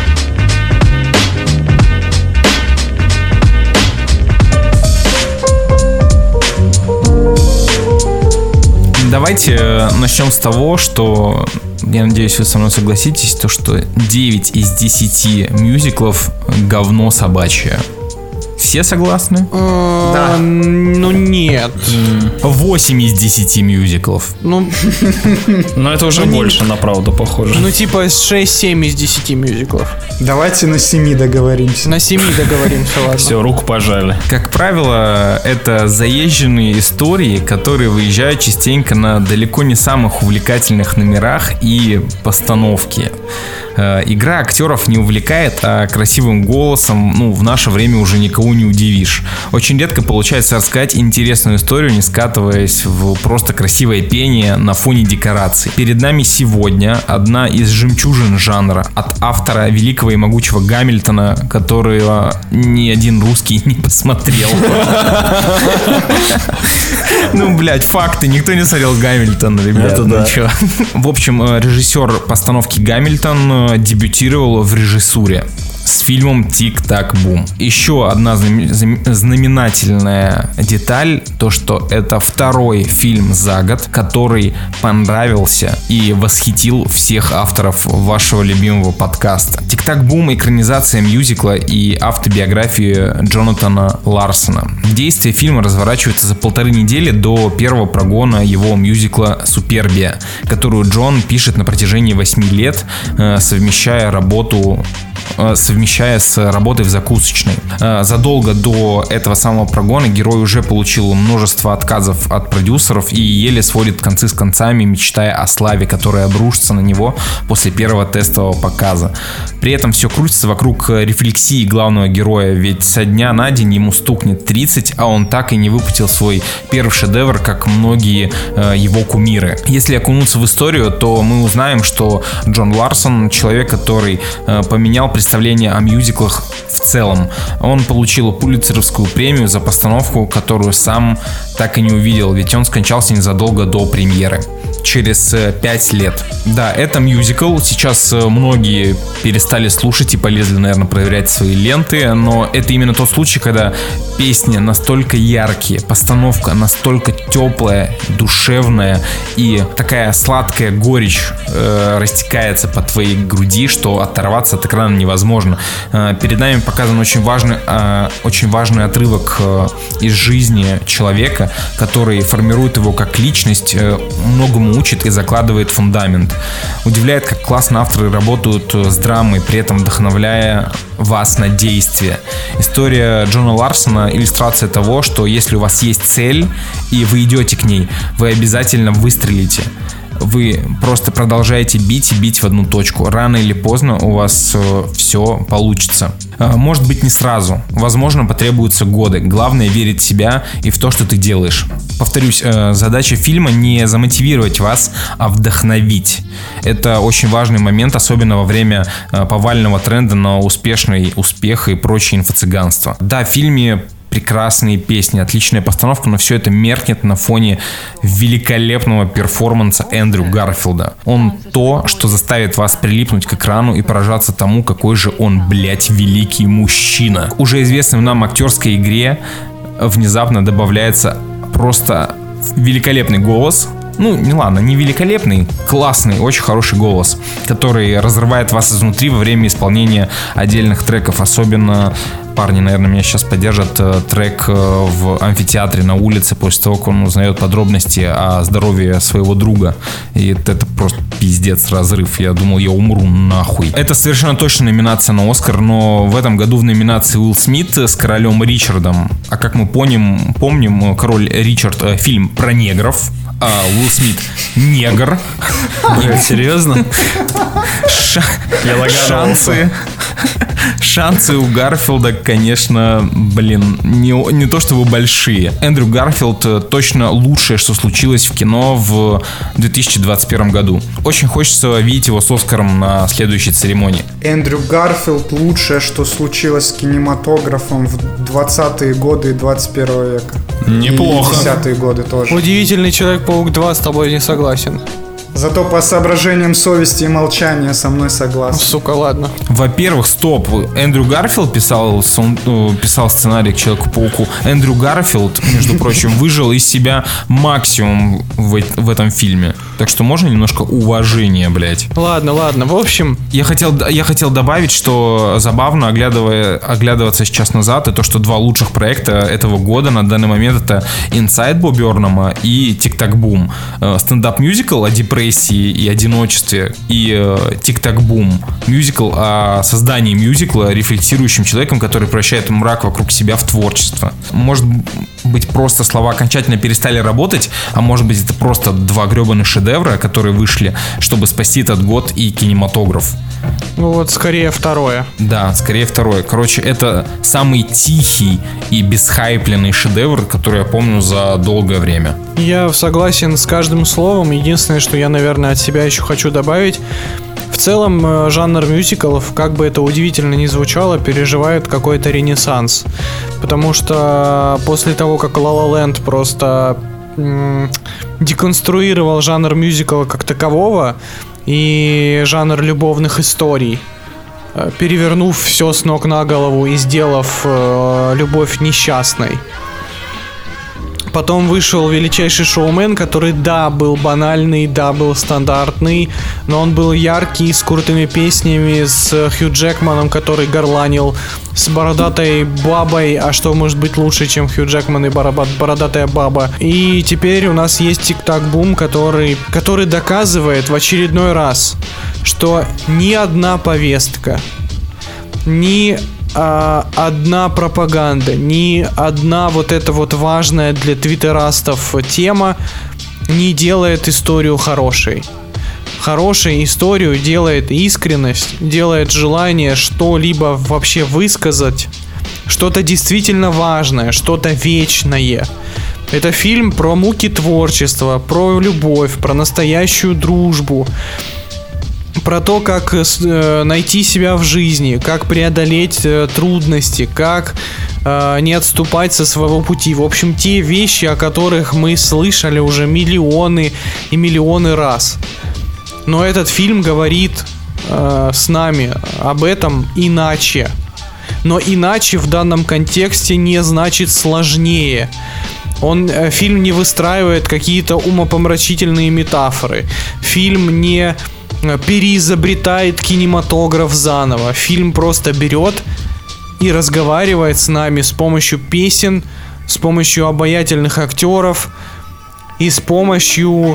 Давайте начнем с того, что, я надеюсь, вы со мной согласитесь, то, что 9 из 10 мюзиклов говно собачье. Все согласны? Да. Ну нет. 8 из 10 мюзиклов. Ну это уже больше на правду похоже. Ну типа 6-7 из 10 мюзиклов. Давайте на 7 договоримся. На 7 договоримся, ладно. Все, руку пожали. Как правило, это заезженные истории, которые выезжают частенько на далеко не самых увлекательных номерах и постановке. Игра актеров не увлекает, а красивым голосом, в наше время уже никого не удивишь. Очень редко получается рассказать интересную историю, не скатываясь в просто красивое пение на фоне декораций. Перед нами сегодня одна из жемчужин жанра от автора великого и могучего Гамильтона, которого ни один русский не посмотрел. Факты, никто не смотрел Гамильтона, ребята. В общем, режиссер постановки Гамильтон дебютировал в режиссуре с фильмом «Тик-так-бум». Еще одна знаменательная деталь, то что это второй фильм за год, который понравился и восхитил всех авторов вашего любимого подкаста. «Тик-так-бум» — экранизация мюзикла и автобиографии Джонатана Ларсона. Действие фильма разворачивается за 1,5 недели до первого прогона его мюзикла «Супербия», которую Джон пишет на протяжении 8 лет, совмещая с работой в закусочной. Задолго до этого самого прогона герой уже получил множество отказов от продюсеров и еле сводит концы с концами, мечтая о славе, которая обрушится на него после первого тестового показа. При этом все крутится вокруг рефлексии главного героя, ведь со дня на день ему стукнет 30, а он так и не выпустил свой первый шедевр, как многие его кумиры. Если окунуться в историю, то мы узнаем, что Джон Ларсон — человек, который поменял представление о мюзиклах в целом. Он получил Пулитцеровскую премию за постановку, которую сам так и не увидел, ведь он скончался незадолго до премьеры, через 5 лет. Да, это мюзикл. Сейчас многие перестали слушать и полезли, наверное, проверять свои ленты, но это именно тот случай, когда песни настолько яркие, постановка настолько теплая, душевная и такая сладкая горечь растекается по твоей груди, что оторваться от экрана невозможно. Перед нами показан очень важный отрывок из жизни человека, который формирует его как личность, многому учит и закладывает фундамент. Удивляет, как классно авторы работают с драмой, при этом вдохновляя вас на действие. История Джона Ларсона — иллюстрация того, что если у вас есть цель и вы идете к ней, вы обязательно выстрелите. Вы просто продолжаете бить и бить в одну точку. Рано или поздно у вас все получится. Может быть, не сразу. Возможно, потребуются годы. Главное — верить в себя и в то, что ты делаешь. Повторюсь, задача фильма не замотивировать вас, а вдохновить. Это очень важный момент, особенно во время повального тренда на успешный успех и прочее инфо-цыганство. Да, в фильме прекрасные песни, отличная постановка, но все это меркнет на фоне великолепного перформанса Эндрю Гарфилда. Он то, что заставит вас прилипнуть к экрану и поражаться тому, какой же он, великий мужчина. К уже известной нам актерской игре внезапно добавляется просто великолепный голос не великолепный, классный, очень хороший голос, который разрывает вас изнутри во время исполнения отдельных треков. Особенно парни, наверное, меня сейчас поддержат, трек в амфитеатре на улице после того, как он узнает подробности о здоровье своего друга. И это просто пиздец, разрыв. Я думал, я умру нахуй. Это совершенно точно номинация на Оскар, но в этом году в номинации Уилл Смит с королем Ричардом. А как мы помним, король Ричард фильм про негров, а Уилл Смит негр. Серьезно? Шансы у Гарфилда, конечно, не то чтобы большие. Эндрю Гарфилд точно лучшее, что случилось в кино в 2021 году. Очень хочется видеть его с Оскаром на следующей церемонии. Эндрю Гарфилд лучшее, что случилось с кинематографом в 20-е годы 21 века. Неплохо. И 10-е годы тоже. Удивительный Человек-паук 2 с тобой не согласен. Зато по соображениям совести и молчания со мной согласен. Сука, ладно. Во-первых, стоп. Эндрю Гарфилд писал сценарий к Человеку-пауку. Эндрю Гарфилд, между прочим, выжил из себя максимум в этом фильме. Так что можно немножко уважения, блядь. Ладно. В общем... Я хотел добавить, что забавно, оглядываться сейчас назад, и то, что два лучших проекта этого года на данный момент это Inside Бо Бёрнама и Тик-Так-Бум. Стендап-мюзикл о депрессии и одиночестве, и Тик-Так-Бум. Мюзикл о создании мюзикла рефлексирующим человеком, который превращает мрак вокруг себя в творчество. Может быть, просто слова окончательно перестали работать, а может быть, это просто два гребаных шедевра, которые вышли, чтобы спасти этот год и кинематограф. Скорее второе. Да, скорее второе. Короче, это самый тихий и бесхайпленный шедевр, который я помню за долгое время. Я согласен с каждым словом. Единственное, что я, наверное, от себя еще хочу добавить. В целом, жанр мюзиклов, как бы это удивительно ни звучало, переживает какой-то ренессанс. Потому что после того, как La La Land просто деконструировал жанр мюзикла как такового и жанр любовных историй, перевернув все с ног на голову и сделав любовь несчастной. Потом вышел «Величайший шоумен», который, да, был банальный, да, был стандартный, но он был яркий, с крутыми песнями, с Хью Джекманом, который горланил, с бородатой бабой, а что может быть лучше, чем Хью Джекман и бородатая баба. И теперь у нас есть Тик-Так-Бум, который доказывает в очередной раз, что ни одна повестка, ни одна пропаганда, ни одна вот эта вот важная для твиттерастов тема не делает историю хорошей. Хорошей историю делает искренность, делает желание что-либо вообще высказать, что-то действительно важное, что-то вечное. Это фильм про муки творчества, про любовь, про настоящую дружбу, про то, как найти себя в жизни, как преодолеть трудности, как не отступать со своего пути. В общем, те вещи, о которых мы слышали уже миллионы и миллионы раз. Но этот фильм говорит с нами об этом иначе. Но иначе в данном контексте не значит сложнее. Фильм не выстраивает какие-то умопомрачительные метафоры. Фильм не переизобретает кинематограф заново. Фильм просто берет и разговаривает с нами с помощью песен, с помощью обаятельных актеров и с помощью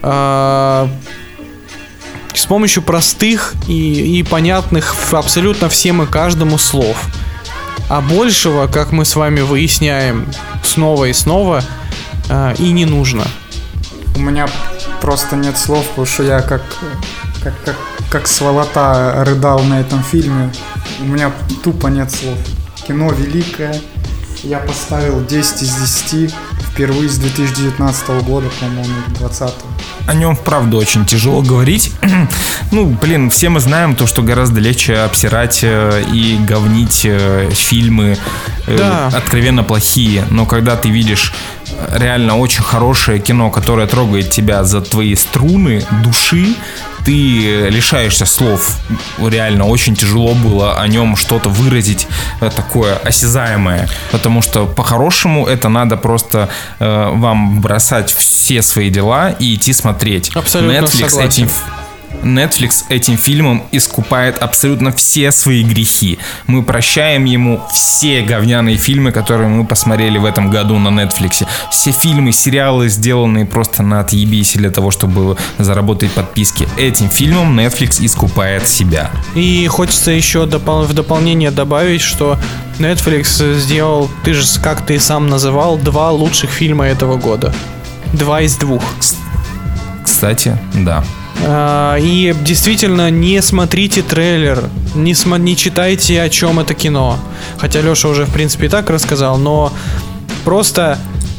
простых и понятных абсолютно всем и каждому слов. А большего, как мы с вами выясняем снова и снова, и не нужно. У меня просто нет слов, потому что я как сволота рыдал на этом фильме. У меня тупо нет слов. Кино великое. Я поставил 10 из 10 впервые с 2019 года, по-моему, 20-го. О нем, правда, очень тяжело говорить. Все мы знаем то, что гораздо легче обсирать и говнить фильмы, да, откровенно плохие. Но когда ты видишь реально очень хорошее кино, которое трогает тебя за твои струны души, ты лишаешься слов. Реально очень тяжело было о нем что-то выразить такое осязаемое. Потому что по-хорошему это надо просто вам бросать все свои дела и идти смотреть. Абсолютно согласен. Netflix этим фильмом искупает абсолютно все свои грехи. Мы прощаем ему все говняные фильмы, которые мы посмотрели в этом году на Netflix. Все фильмы, сериалы, сделанные просто на отъебись для того, чтобы заработать подписки. Этим фильмом Netflix искупает себя. И хочется еще в дополнение добавить, что Netflix сделал, как ты и сам называл, 2 лучших фильма этого года. 2 из 2. Кстати, да. И действительно, не смотрите трейлер, не читайте, о чем это кино. Хотя Леша уже, в принципе, и так рассказал, но просто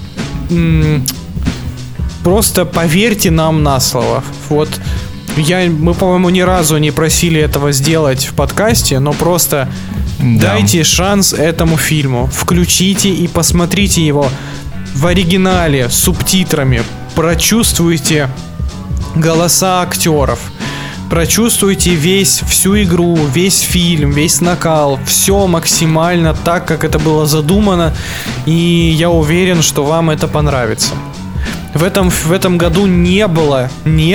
поверьте нам на слово. Вот мы, по-моему, ни разу не просили этого сделать в подкасте, но просто дайте шанс этому фильму. Включите и посмотрите его в оригинале, с субтитрами. Прочувствуйте голоса актеров, прочувствуйте всю игру, весь фильм, весь накал, все максимально так, как это было задумано, и я уверен, что вам это понравится. В этом году не было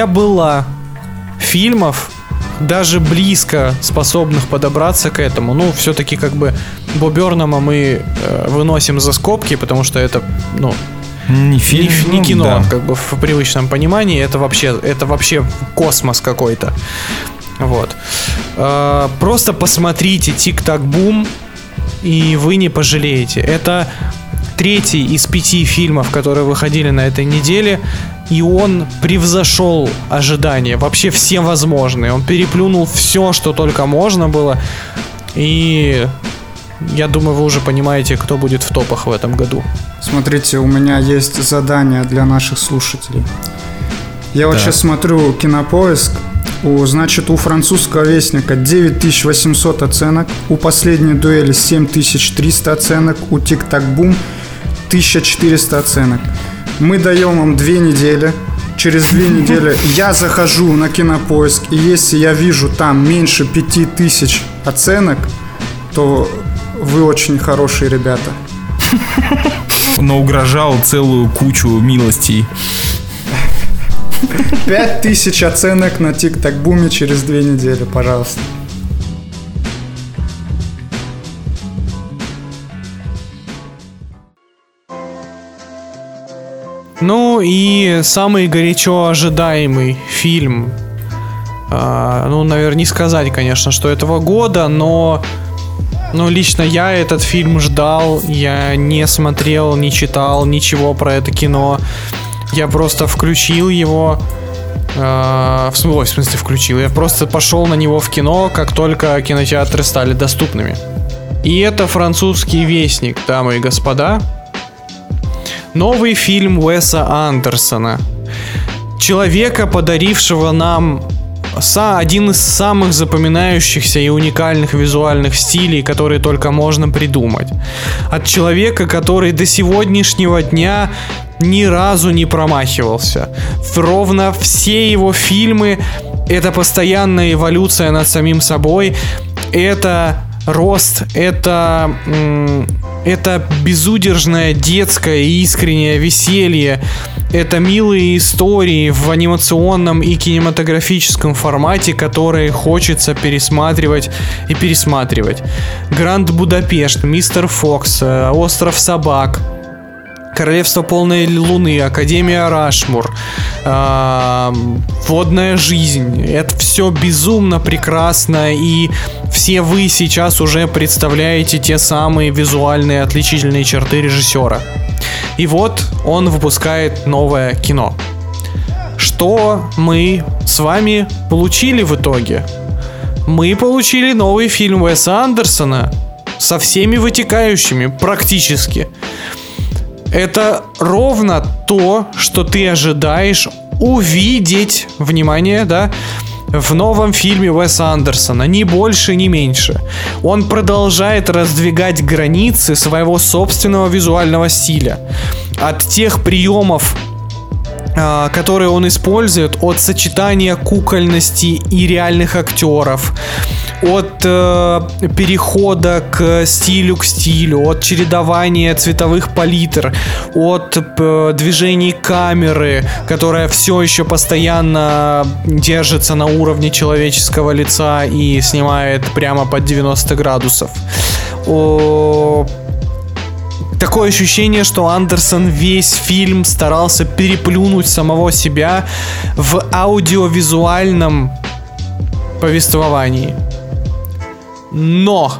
фильмов, даже близко способных подобраться к этому. Ну, все-таки как бы Бо Бёрнама мы выносим за скобки, потому что это, не фильм, не кино, да. Как бы в привычном понимании. Это вообще космос какой-то. Вот. Просто посмотрите «Тик-так-бум», и вы не пожалеете. Это 3-й из 5 фильмов, которые выходили на этой неделе, и он превзошел ожидания. Вообще все возможные. Он переплюнул все, что только можно было. И я думаю, вы уже понимаете, кто будет в топах в этом году. Смотрите, у меня есть задание для наших слушателей. Я вот сейчас смотрю Кинопоиск. Значит, у «Французского вестника» 9800 оценок, у «Последней дуэли» 7300 оценок, у «Тик-так-бум» 1400 оценок. Мы даем вам 2 недели. Через 2 недели я захожу на Кинопоиск, и если я вижу там меньше 5000 оценок, то вы очень хорошие ребята. Но угрожал целую кучу милостей. 5000 оценок на «Тик-так-буме» через 2 недели, пожалуйста. Ну и самый горячо ожидаемый фильм. Наверное, не сказать, конечно, что этого года, но лично я этот фильм ждал. Я не смотрел, не читал ничего про это кино. Я просто включил его. В смысле включил? Я просто пошел на него в кино, как только кинотеатры стали доступными. И это «Французский вестник», дамы и господа. Новый фильм Уэса Андерсона. Человека, подарившего нам один из самых запоминающихся и уникальных визуальных стилей, которые только можно придумать. От человека, который до сегодняшнего дня ни разу не промахивался. Ровно все его фильмы — это постоянная эволюция над самим собой, это рост, это безудержное детское и искреннее веселье, это милые истории в анимационном и кинематографическом формате, которые хочется пересматривать и пересматривать. Гранд Будапешт, Мистер Фокс, Остров собак, Королевство полной луны, Академия Рашмор, Водная жизнь. Это все безумно прекрасно, и все вы сейчас уже представляете те самые визуальные отличительные черты режиссера. И вот он выпускает новое кино. Что мы с вами получили в итоге? Мы получили новый фильм Уэса Андерсона со всеми вытекающими практически. Это ровно то, что ты ожидаешь увидеть, внимание, да, в новом фильме Уэса Андерсона. Ни больше, ни меньше. Он продолжает раздвигать границы своего собственного визуального стиля. От тех приемов, которые он использует, от сочетания кукольности и реальных актеров, от перехода к стилю, от чередования цветовых палитр, от движений камеры, которая все еще постоянно держится на уровне человеческого лица и снимает прямо под 90 градусов. Такое ощущение, что Андерсон весь фильм старался переплюнуть самого себя в аудиовизуальном повествовании. Но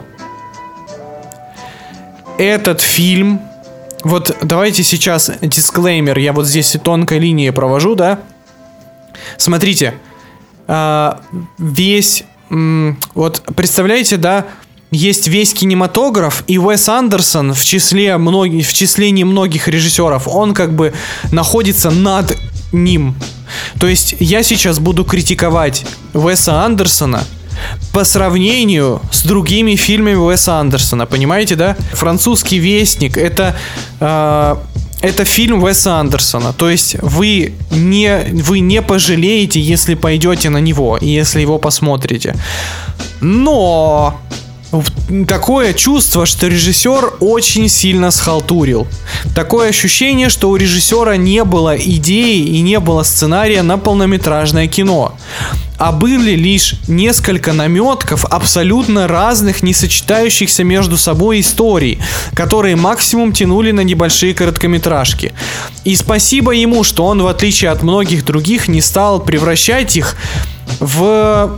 этот фильм... Вот давайте сейчас дисклеймер. Я вот здесь тонкой линией провожу, да? Смотрите. Весь... Вот представляете, да? Есть весь кинематограф, и Уэс Андерсон в числе немногих режиссеров, он как бы находится над ним. То есть я сейчас буду критиковать Уэса Андерсона по сравнению с другими фильмами Уэса Андерсона, понимаете, да? «Французский вестник» — это фильм Уэса Андерсона. То есть вы не пожалеете, если пойдете на него, и если его посмотрите. Но... такое чувство, что режиссер очень сильно схалтурил. Такое ощущение, что у режиссера не было идеи и не было сценария на полнометражное кино, а были лишь несколько наметков абсолютно разных, не сочетающихся между собой историй, которые максимум тянули на небольшие короткометражки. И спасибо ему, что он, в отличие от многих других, не стал превращать их в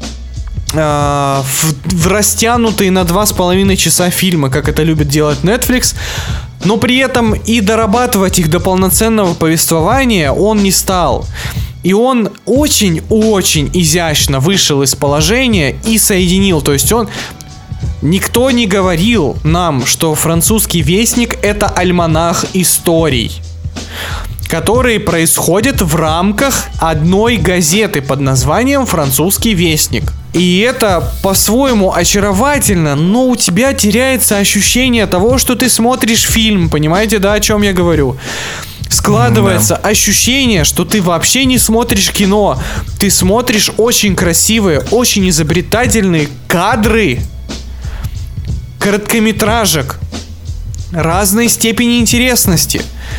растянутые на 2,5 часа фильмы, как это любит делать Netflix, но при этом и дорабатывать их до полноценного повествования он не стал. И он очень-очень изящно вышел из положения и соединил. То есть никто не говорил нам, что «Французский вестник» — это альманах историй, которые происходят в рамках одной газеты под названием «Французский вестник». И это по-своему очаровательно, но у тебя теряется ощущение того, что ты смотришь фильм. Понимаете, да, о чем я говорю? Складывается ощущение, что ты вообще не смотришь кино. Ты смотришь очень красивые, очень изобретательные кадры короткометражек разной степени интересности.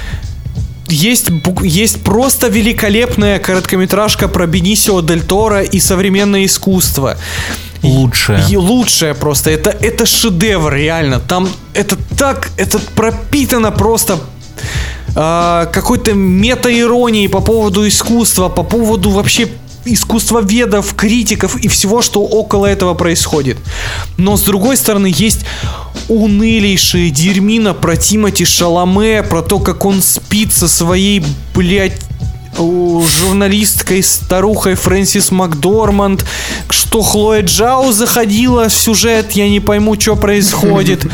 Есть просто великолепная короткометражка про Бенисио дель Торо и современное искусство. Лучшее просто. Это шедевр, реально. Там это пропитано просто какой-то мета-иронией по поводу искусства, по поводу вообще искусствоведов, критиков и всего, что около этого происходит. Но с другой стороны, есть унылейшая дерьмина про Тимоти Шаломе, про то, как он спит со своей, журналисткой, старухой Фрэнсис Макдорманд, что Хлоя Джао заходила в сюжет, я не пойму, что происходит.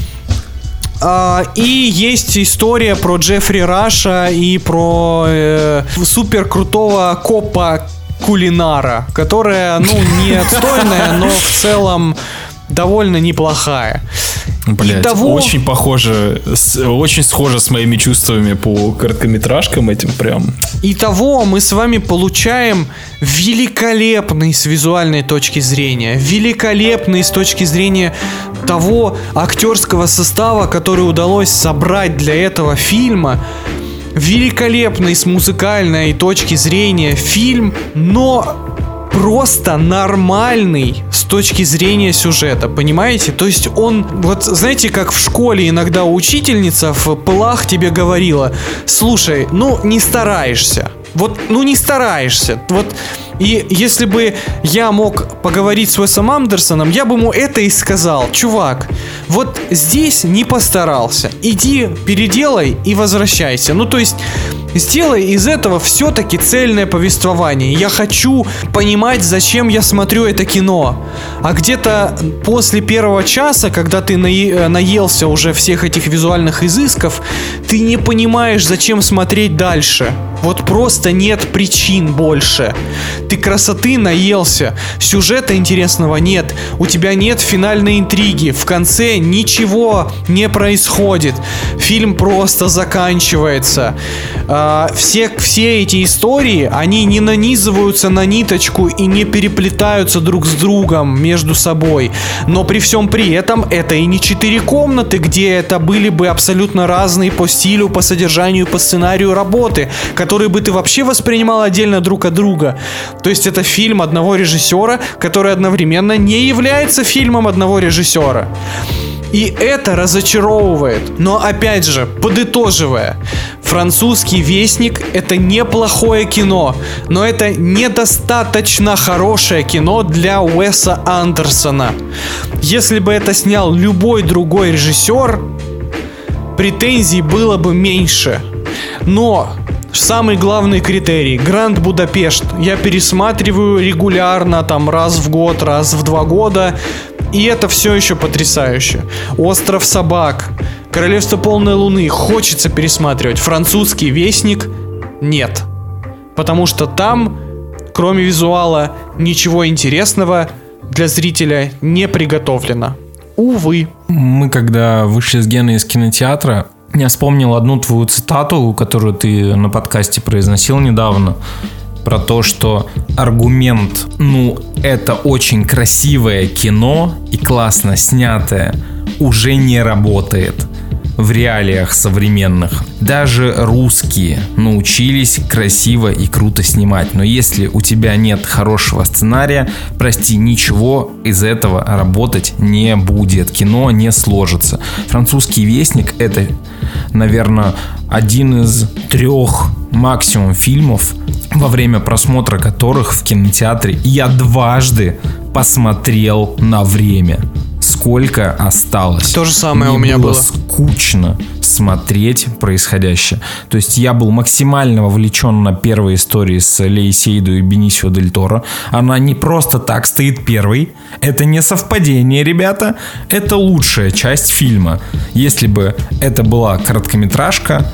И есть история про Джеффри Раша и про супер крутого копа Кулинара, которая, не отстойная, но в целом довольно неплохая. Блять, очень похоже, очень схоже с моими чувствами по короткометражкам этим прям. Итого мы с вами получаем великолепный с визуальной точки зрения, великолепный с точки зрения того актерского состава, который удалось собрать для этого фильма, великолепный с музыкальной точки зрения фильм, но просто нормальный с точки зрения сюжета, понимаете? То есть он, вот знаете, как в школе иногда учительница в пылах тебе говорила: слушай, не стараешься. Не стараешься. И если бы я мог поговорить с Уэсом Андерсоном, я бы ему это и сказал: чувак, вот здесь не постарался. Иди, переделай и возвращайся. То есть сделай из этого все-таки цельное повествование. Я хочу понимать, зачем я смотрю это кино. А где-то после первого часа, когда ты наелся уже всех этих визуальных изысков, ты не понимаешь, зачем смотреть дальше. Вот просто нет причин больше. Ты красоты наелся, сюжета интересного нет, у тебя нет финальной интриги, в конце ничего не происходит, фильм просто заканчивается. Все эти истории, они не нанизываются на ниточку и не переплетаются друг с другом между собой. Но при всем при этом это и не 4 комнаты, где это были бы абсолютно разные по стилю, по содержанию, по сценарию работы, которые бы ты вообще воспринимал отдельно друг от друга. То есть это фильм одного режиссера, который одновременно не является фильмом одного режиссера. И это разочаровывает. Но опять же, подытоживая, «Французский вестник» — это неплохое кино, но это недостаточно хорошее кино для Уэса Андерсона. Если бы это снял любой другой режиссер, претензий было бы меньше. Но самый главный критерий — «Гранд Будапешт». Я пересматриваю регулярно, там раз в год, раз в 2 года. И это все еще потрясающе. «Остров собак», «Королевство полной луны» хочется пересматривать. «Французский вестник» нет. Потому что там, кроме визуала, ничего интересного для зрителя не приготовлено. Увы. Мы когда вышли с Геной из кинотеатра, я вспомнил одну твою цитату, которую ты на подкасте произносил недавно, про то, что аргумент, это очень красивое кино и классно снятое, уже не работает в реалиях современных. Даже русские научились красиво и круто снимать, но если у тебя нет хорошего сценария, прости, ничего из этого работать не будет, кино не сложится. «Французский вестник» — это, наверное, один из 3 максимум фильмов, во время просмотра которых в кинотеатре я дважды посмотрел на время. Сколько осталось. То же самое Мне у меня было. Скучно смотреть происходящее. То есть я был максимально вовлечен на первой истории с Леей Сейду и Бенисио Дель Торо. Она не просто так стоит первой. Это не совпадение, ребята. Это лучшая часть фильма. Если бы это была короткометражка,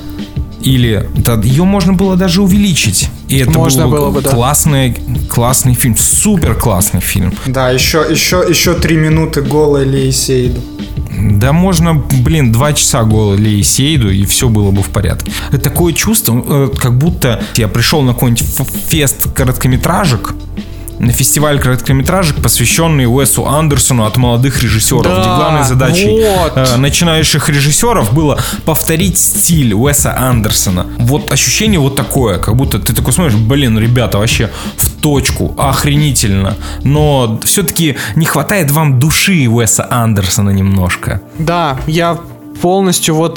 или ее можно было даже увеличить. И это можно было бы, да. классный фильм. Супер классный фильм. Да, еще 3 минуты голой Леи Сейду. Да можно, 2 часа голой Леи Сейду, и все было бы в порядке. Такое чувство, как будто я пришел на какой-нибудь фест короткометражек, на фестиваль короткометражек, посвященный Уэсу Андерсону от молодых режиссеров, да, где главной задачей начинающих режиссеров было повторить стиль Уэса Андерсона. Вот ощущение вот такое, как будто ты такой смотришь, ребята, вообще в точку, охренительно. Но все-таки не хватает вам души Уэса Андерсона немножко. Да, я полностью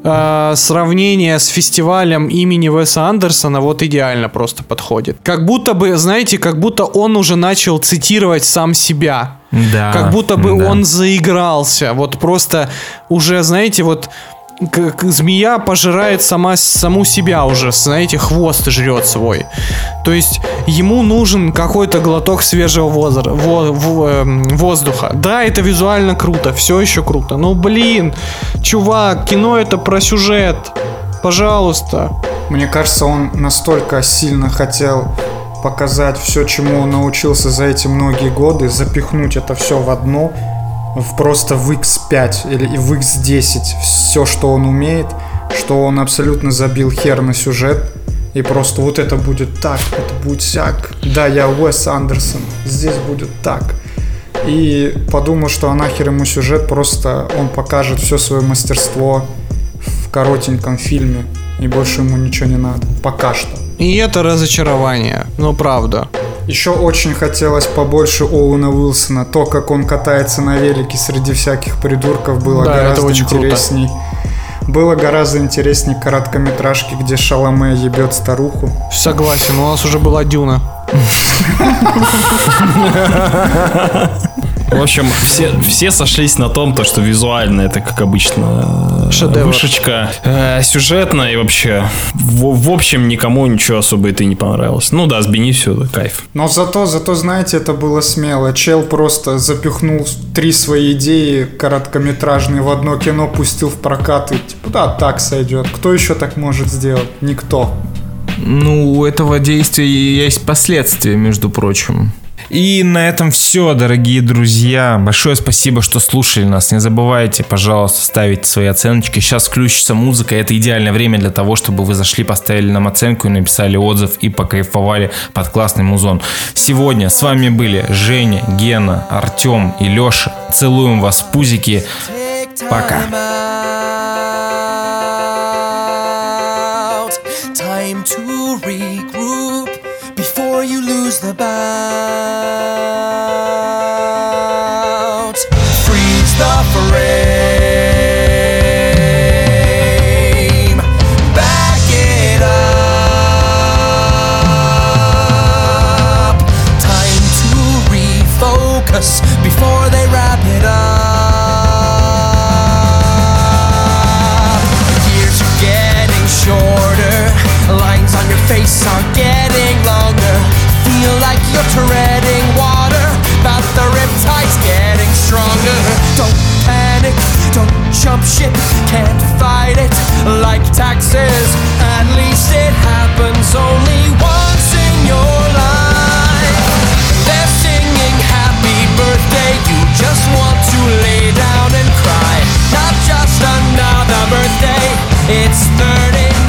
сравнение с фестивалем имени Уэса Андерсона идеально просто подходит. Как будто бы, знаете, он уже начал цитировать сам себя. Да. Как будто бы он заигрался. Просто уже, знаете, как змея пожирает саму себя уже, знаете, хвост жрет свой. То есть ему нужен какой-то глоток свежего воздуха. Да, это визуально круто, все еще круто. Но, чувак, кино это про сюжет. Пожалуйста. Мне кажется, он настолько сильно хотел показать все, чему он научился за эти многие годы, запихнуть это все в одно, просто в X5 или в X10 все, что он умеет, что он абсолютно забил хер на сюжет. И просто это будет так, это будет сяк. Да, я Уэс Андерсон, здесь будет так. И подумал, что нахер ему сюжет, просто он покажет все свое мастерство в коротеньком фильме. И больше ему ничего не надо. Пока что. И это разочарование, правда. Еще очень хотелось побольше Оуэна Уилсона. То, как он катается на велике среди всяких придурков, было гораздо интересней. Было гораздо интереснее короткометражки, где Шаломе ебет старуху. Согласен, у нас уже была Дюна. В общем, все сошлись на том, что визуально это, как обычно, шедевр. Вышечка. Сюжетно и вообще, в общем, никому ничего особо это не понравилось. С Бенисио, кайф. Но зато, знаете, это было смело. Чел просто запихнул 3 свои идеи короткометражные в одно кино, пустил в прокат и так сойдет. Кто еще так может сделать? Никто. Ну, у этого действия есть последствия, между прочим. И на этом все, дорогие друзья. Большое спасибо, что слушали нас. Не забывайте, пожалуйста, ставить свои оценочки. Сейчас включится музыка. Это идеальное время для того, чтобы вы зашли, поставили нам оценку и написали отзыв и покайфовали под классный музон. Сегодня с вами были Женя, Гена, Артем и Леша. Целуем вас в пузики. Пока. Time to regroup before you lose the bout. Freeze the frame, back it up. Time to refocus before they wrap it up. Years are getting shorter, lines on your face are getting longer. Feel like you're treading water, but the riptide's getting stronger. Don't panic, don't jump ship, can't fight it like taxes. At least it happens only once in your life. They're singing happy birthday, you just want to lay down and cry. Not just another birthday, it's 39.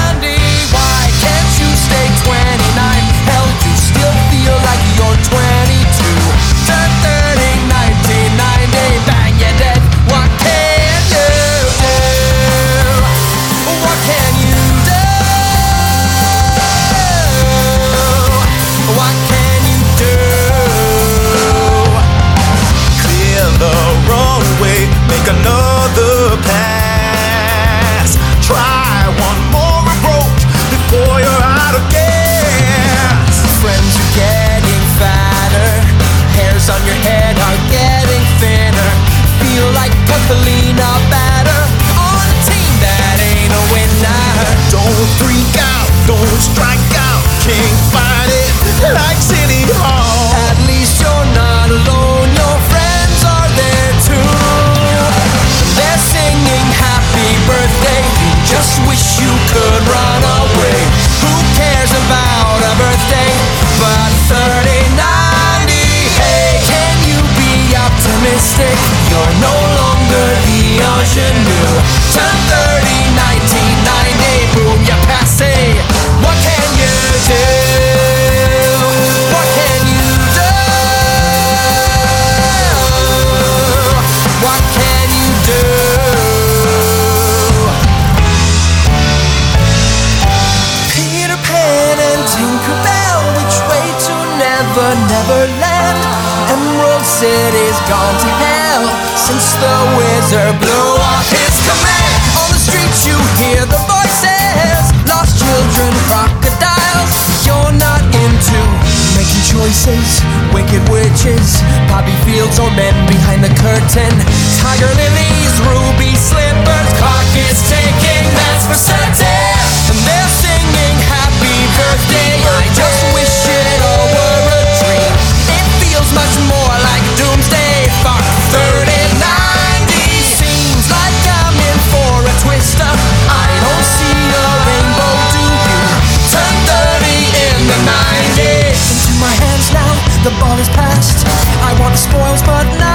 Like you're 22, turn 30, 1990, bang, you're dead. What can you do? What can you do? What can you do? Clear the runway, make another pass. Try one more approach before you're out of gas. Friends are getting fatter, hairs on your head are getting thinner. Feel like Catalina batter on a team that ain't a winner. Don't freak out, don't strike out, can't fight it like City Hall. At least you're not alone, your friends are there too. They're singing happy birthday, you just wish you could run away. Who cares about a birthday but 30-90? Hey, can you be optimistic? You're no longer the ingenue. Turn 30, 1990, boom, you're passé. What can you do? What can you do? What can you do? Peter Pan and Tinkerbell, which way to Neverland? Emerald City's gone to hell since the wizard blew off his command. On the streets you hear the voices, lost children, crocodiles. You're not into making choices, wicked witches, poppy fields or men behind the curtain. Tiger lilies, ruby slippers, clock is ticking, that's for certain. And they're singing happy birthday, I just wish it all were a dream. It feels much more like doomsday, fuck 30-90. Seems like I'm in for a twister, I don't see a rainbow, do you? Turn 30 in the 90s. Into my hands now, the ball is passed. I want the spoils but not